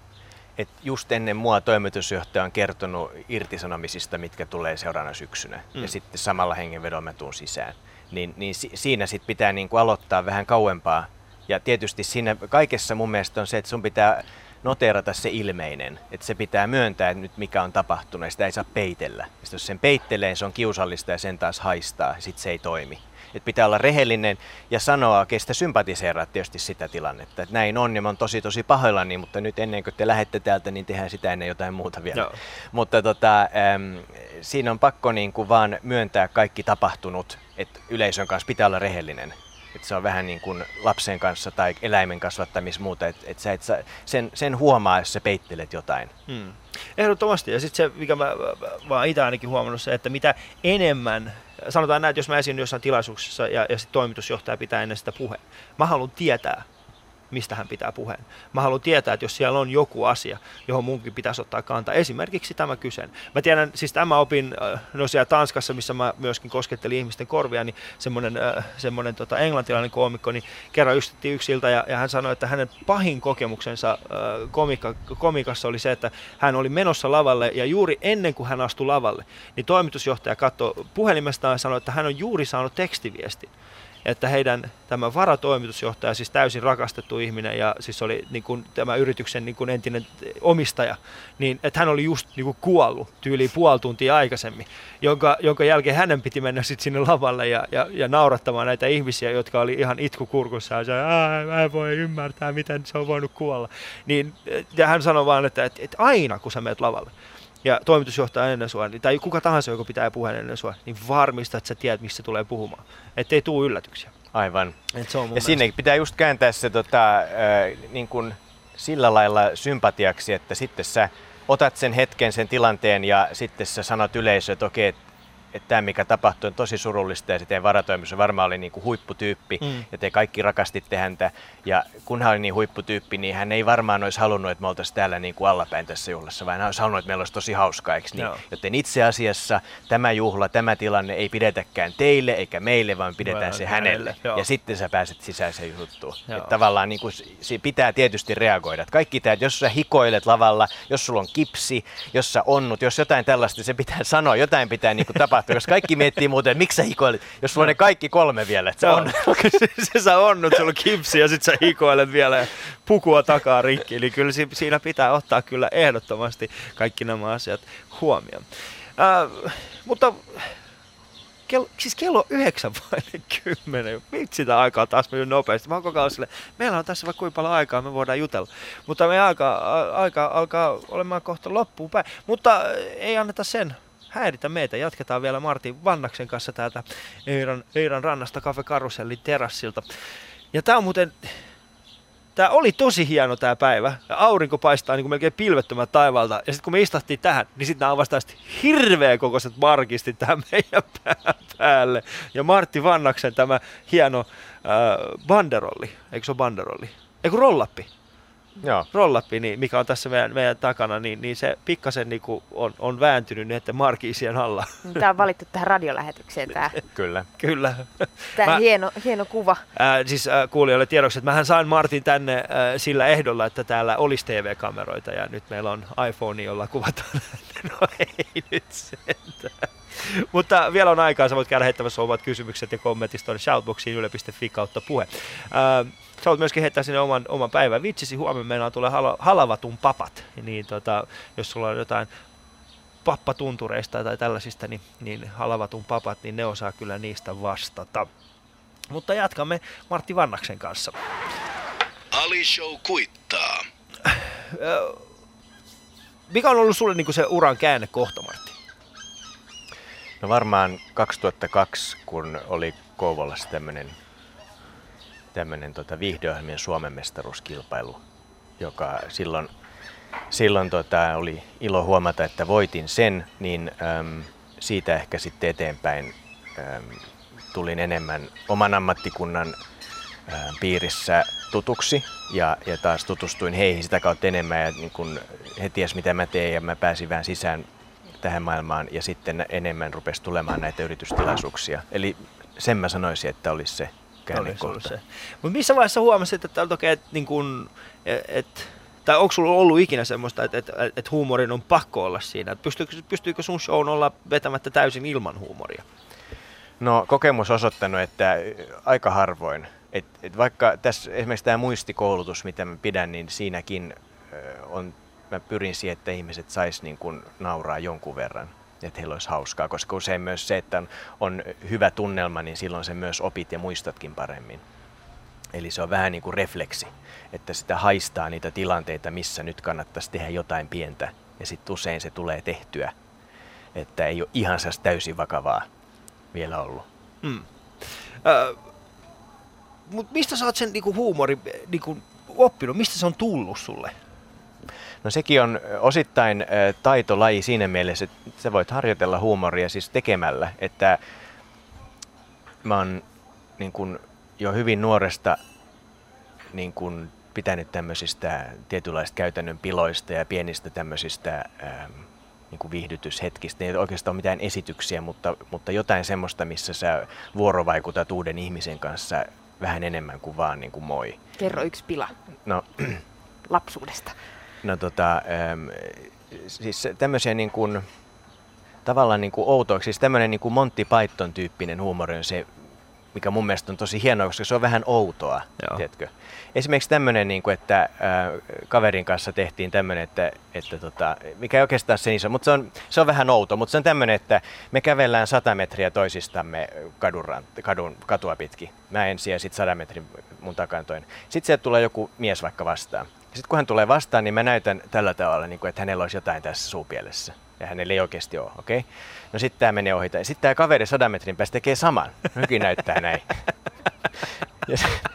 että just ennen mua toimitusjohtaja on kertonut irtisanomisista, mitkä tulee seuraavana syksynä, mm. ja sitten samalla hengenvedolla mä tuun sisään. Niin, niin si, siinä sitten pitää niin kuin aloittaa vähän kauempaa. Ja tietysti siinä kaikessa mun mielestä on se, että sun pitää noteerata se ilmeinen, että se pitää myöntää nyt mikä on tapahtunut ja sitä ei saa peitellä. Ja jos sen peittelee, se on kiusallista ja sen taas haistaa ja sitten se ei toimi. Et pitää olla rehellinen ja sanoa, kestä sympatiseeraa tietysti sitä tilannetta. Että näin on ja mä oon tosi tosi pahoillani, mutta nyt ennen kuin te lähdette täältä, niin tehdään sitä ennen jotain muuta vielä. No. Mutta tota, äm, siinä on pakko niin kuin vaan myöntää kaikki tapahtunut, että yleisön kanssa pitää olla rehellinen. Että se on vähän niin kuin lapsen kanssa tai eläimen kasvattamista muuta, että et sä et sä, sen, sen huomaa, jos sä peittelet jotain. Hmm. Ehdottomasti. Ja sitten se, mikä mä vaan itse ainakin huomannut, se, että mitä enemmän, sanotaan näin, että jos mä esiin jossain tilaisuuksessa ja, ja sit toimitusjohtaja pitää ennen sitä puheen, mä haluan tietää, mistä hän pitää puheen. Mä haluan tietää, että jos siellä on joku asia, johon munkin pitäisi ottaa kantaa, esimerkiksi tämä kyseinen. Mä tiedän, siis tämä opin no siellä Tanskassa, missä mä myöskin koskettelin ihmisten korvia, niin semmoinen, äh, semmoinen tota, englantilainen koomikko, niin kerran ystätti yksi ilta ja, ja hän sanoi, että hänen pahin kokemuksensa äh, komika, komikassa oli se, että hän oli menossa lavalle ja juuri ennen kuin hän astui lavalle, niin toimitusjohtaja katsoi puhelimestaan ja sanoi, että hän on juuri saanut tekstiviestin, että heidän tämä varatoimitusjohtaja, siis täysin rakastettu ihminen ja siis oli niin kuin tämä yrityksen niin kuin entinen omistaja, niin että hän oli just niin kuin kuollut tyyliin puoli tuntia aikaisemmin, jonka, jonka jälkeen hänen piti mennä sitten sinne lavalle ja, ja, ja naurattamaan näitä ihmisiä, jotka oli ihan itkukurkussa ja sanoi, mä en voi ymmärtää, miten se on voinut kuolla. Niin, ja hän sanoi vaan, että, että, että aina kun sä menet lavalle, ja toimitusjohtaja ennen sua, tai kuka tahansa, joka pitää puheen ennen sua, niin varmista, että sä tiedät, missä tulee puhumaan. Että ei tule yllätyksiä. Aivan. Et se on mun ja sinne pitää just kääntää se tota, äh, niin kuin sillä lailla sympatiaksi, että sitten sä otat sen hetken, sen tilanteen ja sitten sä sanot yleisöön, että okei, että tämä mikä tapahtui on tosi surullista ja se teidän varatoimitus varmaan oli niin kuin huipputyyppi mm. ja te kaikki rakastitte häntä. Ja kun hän oli niin huipputyyppi, niin hän ei varmaan olisi halunnut, että me oltaisiin täällä niin kuin allapäin tässä juhlassa, vaan hän olisi halunnut, että meillä olisi tosi hauskaa, eikö niin? Joten itse asiassa tämä juhla, tämä tilanne ei pidetäkään teille eikä meille, vaan pidetään Vähän se hänelle. hänelle. Ja sitten sä pääset sisäiseen juttuun. Että tavallaan niin kuin, pitää tietysti reagoida. Että kaikki tämä, että jos sä hikoilet lavalla, jos sulla on kipsi, jos sä onnut, jos jotain tällaista, se pitää sanoa, jotain pitää niin kuin tapahtua, koska kaikki miettii muuten, että miksi sä hikoilet, jos sulla on ne kaikki kolme vielä, että sä on. Se sä onnut, sulla on kipsi ja sit sä hikoilet vielä ja pukua takaa rikki, eli kyllä siinä pitää ottaa kyllä ehdottomasti kaikki nämä asiat huomioon. Äh, mutta kello, siis kello yhdeksän vaille kymmenen, vitsi sitä aikaa taas mennyt nopeasti. Mä oon koko ajan silleen, meillä on tässä vaikka kuinka paljon aikaa, me voidaan jutella. Mutta me aika, aika alkaa olemaan kohta loppuun päin. Mutta ei anneta sen häiritä meitä. Jatketaan vielä Martin Vannaksen kanssa täältä Eiran, Eiran rannasta Cafe Karusellin terassilta. Ja tää on muuten, tää oli tosi hieno tää päivä. Ja aurinko paistaa niin kuin melkein pilvettömät taivaalta. Ja sitten kun me istahtiin tähän, niin sitten nämä on vasta hirveä kokoiset markistit tähän meidän pään päälle. Ja Martti Vannaksen tämä hieno äh, banderolli, eikö se ole banderolli? Eikö rollappi? Joo. Rollappi, niin, mikä on tässä meidän, meidän takana, niin, niin se pikkasen niin kuin on, on vääntynyt näiden markiisien alla. Tämä on valittu tähän radiolähetykseen. Tämä. Kyllä. Kyllä. Tämä Mä, hieno, hieno kuva. Ää, siis ää, kuulijoille tiedoksi, että mähän sain Martin tänne ää, sillä ehdolla, että täällä olisi T V-kameroita ja nyt meillä on iPhone, jolla kuvataan. No ei nyt sentään. Mutta vielä on aikaa, sä voit käydä heittämässä omat kysymykset ja kommentit tuonne shoutboxiin yle piste fi kautta puhe. Ää, Sä voit myöskin heittää sinne oman, oman päivän vitsisi. Huomenna meillä tulee hala, halavatun papat. Niin tota, jos sulla on jotain pappatuntureista tai tällaisista, niin, niin halavatun papat, niin ne osaa kyllä niistä vastata. Mutta jatkamme Martti Vannaksen kanssa. Ali Show kuittaa. Mikä on ollut sulle niin kuin se uran käännekohta, Martti? No varmaan kaksituhattakaksi, kun oli Kouvolassa tämmöinen tämmöinen tota, viihdeohjelmien Suomen mestaruuskilpailu, joka silloin, silloin tota, oli ilo huomata, että voitin sen, niin äm, siitä ehkä sitten eteenpäin äm, tulin enemmän oman ammattikunnan äm, piirissä tutuksi ja, ja taas tutustuin heihin sitä kautta enemmän ja niin kun he tiesivät mitä mä teen ja mä pääsin vähän sisään tähän maailmaan ja sitten enemmän rupesi tulemaan näitä yritystilaisuuksia. Eli sen mä sanoisin, että olisi se käännekohta. Mutta missä vaiheessa huomasit, että, että, että, niin kun, että tai onko sulla ollut ikinä semmoista, että, että, että huumorin on pakko olla siinä? Pystyykö, pystyykö sun shown olla vetämättä täysin ilman huumoria? No kokemus on osoittanut, että aika harvoin. Et, et vaikka tässä esimerkiksi tämä muistikoulutus, mitä mä pidän, niin siinäkin on, mä pyrin siihen, että ihmiset sais niin kuin nauraa jonkun verran. Että heillä olisi hauskaa, koska usein myös se, että on, on hyvä tunnelma, niin silloin se myös opit ja muistatkin paremmin. Eli se on vähän niin kuin refleksi, että sitä haistaa niitä tilanteita, missä nyt kannattaisi tehdä jotain pientä. Ja sitten usein se tulee tehtyä, että ei ole ihan täysin vakavaa vielä ollut. Hmm. Äh, mut mistä sä oot sen niinku huumori niinku oppinut? Mistä se on tullut sulle? No sekin on osittain taitolaji siinä mielessä, että sä voit harjoitella huumoria siis tekemällä, että mä oon niin kun jo hyvin nuoresta niin kun pitänyt tämmöisistä tietynlaisista käytännön piloista ja pienistä tämmöisistä ää, niin kun viihdytyshetkistä. Ei oikeastaan ole mitään esityksiä, mutta, mutta jotain semmoista, missä sä vuorovaikutat uuden ihmisen kanssa vähän enemmän kuin vaan niin kuin moi. Kerro yksi pila no, lapsuudesta. No tota, ähm, siis tämmöisiä niin kuin, tavallaan niin kuin outoiksi, siis tämmöinen niin kuin Monty Python tyyppinen huumori on se, mikä mun mielestä on tosi hienoa, koska se on vähän outoa, tiedätkö? Esimerkiksi tämmöinen, niin kuin, että äh, kaverin kanssa tehtiin tämmöinen, että, että tota, mikä ei oikeastaan se iso, mutta se on, se on vähän outo, mutta se on tämmöinen, että me kävellään sata metriä toisistamme kadun, kadun, katua pitkin. Mä ensin ja sitten sadan metrin mun takan toinen. Sitten sieltä tulee joku mies vaikka vastaan. Sitten kun hän tulee vastaan, niin mä näytän tällä tavalla, niin kuin, että hänellä olisi jotain tässä suupielessä. Ja hänellä ei oikeasti ole, okei? Okay? No sitten tämä menee ohi. Sitten tämä kaveri sadan metrin päästä tekee saman. Nykin näyttää näin. Ja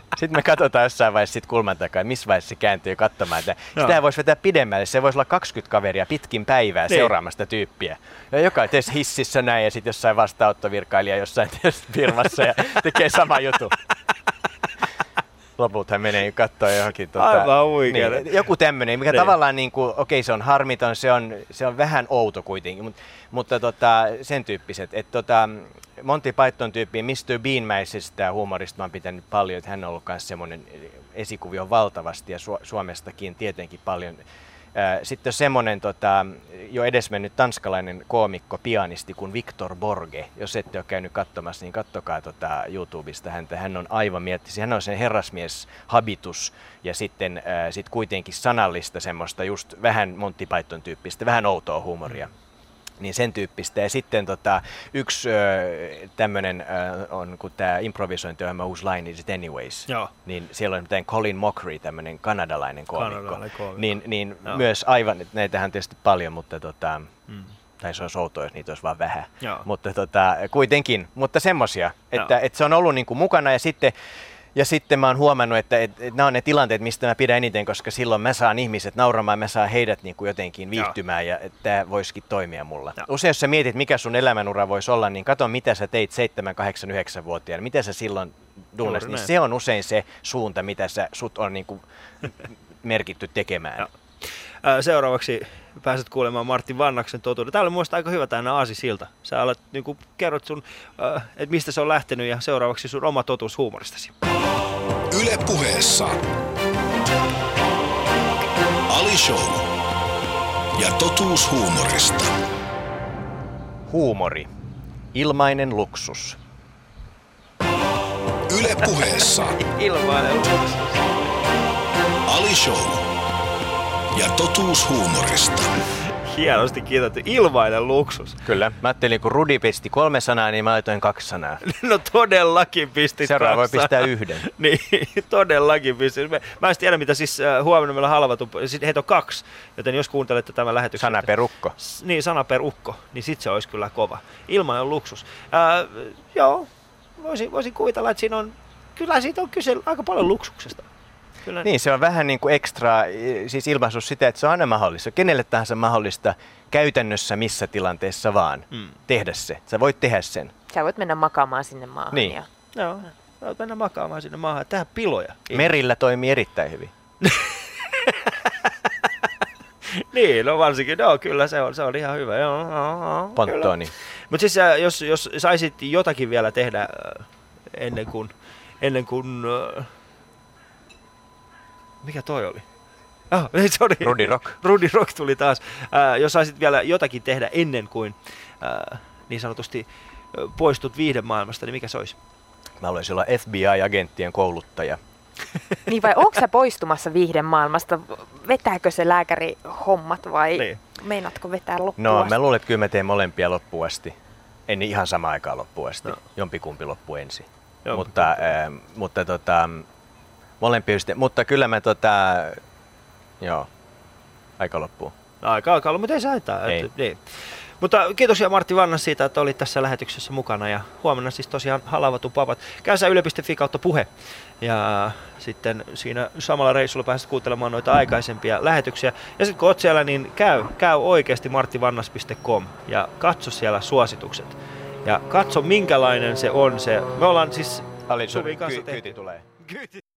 Sitten me katsotaan jossain vaiheessa sit kulman takaa, missä vaiheessa se kääntyy katsomaan. Sitä voisi vetää pidemmälle. Se voisi olla kaksikymmentä kaveria pitkin päivää niin. seuraamasta tyyppiä. Ja joka teessä hississä näin ja sitten jossain vastaanottovirkailija jossain firmassa ja tekee sama juttu. Loput hän menee katsoa johonkin. Tota, aivan huikeaa. Niin, joku tämmöinen, mikä niin. tavallaan niin kuin, okei okay, se on harmiton, se on, se on vähän outo kuitenkin, mutta, mutta tota, sen tyyppiset. Että tota, Monty Python tyyppi, mister Bean-mäisestä huumorista mä oon pitänyt paljon, että hän on ollut myös semmoinen esikuvio valtavasti ja Su- Suomestakin tietenkin paljon. Sitten on semmoinen tota, jo edesmennyt tanskalainen koomikko, pianisti kuin Victor Borge. Jos ette ole käynyt katsomassa, niin katsokaa tota YouTubesta häntä. Hän on aivan miettisi. Hän on sen herrasmies habitus ja sitten äh, sit kuitenkin sanallista semmoista just vähän Monty Python tyyppistä, vähän outoa huumoria. Niin sen tyyppistä. Ja sitten tota, yksi äh, tämmöinen äh, on, kun tämä improvisointiohjelma Whose Line Is It Anyways, Joo. niin siellä on tämän Colin Mochrie, tämmöinen kanadalainen koomikko. Kanadalainen koomikko. Niin, niin myös aivan, näitähän tietysti paljon, mutta tota, mm. tai se olisi outoa, jos niitä olisi vaan vähän. Joo. Mutta tota, kuitenkin, mutta semmosia, että, että se on ollut niinku mukana ja sitten Ja sitten mä oon huomannut, että, että, että nämä on ne tilanteet, mistä mä pidän eniten, koska silloin mä saan ihmiset nauramaan, mä saan heidät niin kuin jotenkin viihtymään ja että tämä voisikin toimia mulla. Ja. Usein jos sä mietit, mikä sun elämänura voisi olla, niin kato mitä sä teit seitsemän, kahdeksan, yhdeksän vuotiaana, mitä sä silloin duunasit, niin se on usein se suunta, mitä sä, sut on niin kuin merkitty tekemään. Ja. Seuraavaksi pääset kuulemaan Martti Vannaksen totuuden. Täällä on muista aika hyvä tämä aasisilta. Sä alat, niin kuin, kerrot sun, että mistä se on lähtenyt ja seuraavaksi sun oma totuus huumoristasi. Yle Puheessa Ali Show ja totuus huumorista. Huumori. Ilmainen luksus. Yle Puheessa Ilmainen luksus. Ali Show ja totuus huumorista. Hienosti kiitetty. Ilmainen luksus. Kyllä. Mä ajattelin, kun Rudi pisti kolme sanaa, niin mä laitoin kaksi sanaa. No todellakin pistit Seuraava voi pistää yhden. Niin, todellakin pistit. Mä en tiedä, mitä siis uh, huomenna meillä on halvattu. Sitten heitä on kaksi, joten jos kuuntelette tämän lähetyksen. Sana per ukko. S- niin, sana per ukko. Niin sit se olisi kyllä kova. Ilmainen luksus. Uh, joo, voisin, voisin kuvitella, että siinä on, kyllä siitä on kyse aika paljon luksuksesta. Kyllä. Niin, se on vähän niin kuin ekstra, siis ilmaisuus sitä, että se on aina mahdollista. Kenelle tahansa mahdollista käytännössä missä tilanteessa vaan mm. tehdä se. Sä voit tehdä sen. Sä voit mennä makaamaan sinne maahan. Niin. Ja... Joo, sä voit mennä makaamaan sinne maahan ja tehdä piloja. Merillä toimii erittäin hyvin. Niin, no varsinkin, no kyllä se on, se on ihan hyvä. Joo, joo, Ponttooni. Mutta siis jos, jos saisit jotakin vielä tehdä ennen kuin, ennen kuin mikä toi oli? Oh, sorry. Rudi Rock. Rudi Rock tuli taas. Äh, jos saisit vielä jotakin tehdä ennen kuin äh, niin sanotusti äh, poistut viihdemaailmasta, niin mikä se olisi? Mä haluaisin olla F B I-agenttien kouluttaja. Niin vai onko sä poistumassa viihdemaailmasta? Vetääkö se lääkäri hommat vai niin. Meinaatko vetää loppuun No asti? mä luulen, että kyllä mä teen molempia loppuun asti. En ihan samaan aikaan loppuun asti. No. Jompikumpi loppu ensin. Jompikumpi. Mutta, äh, mutta tota... Molempia ystä, mutta kyllä mä tota, joo, aika loppuu. Aika alkaa olla, mutta ei se haittaa. Ei. Että, niin. Mutta kiitos ja Martti Vannas siitä, että olit tässä lähetyksessä mukana ja huomenna siis tosiaan halavatun papat. Käy sä yle piste fi kautta puhe ja sitten siinä samalla reissulla pääset kuuntelemaan noita aikaisempia lähetyksiä. Ja sitten kun oot siellä, niin käy, käy oikeasti marttivannas piste com ja katso siellä suositukset. Ja katso minkälainen se on se. Me ollaan siis Ali, Suvin kanssa ky- kyyti tulee. Kyyti.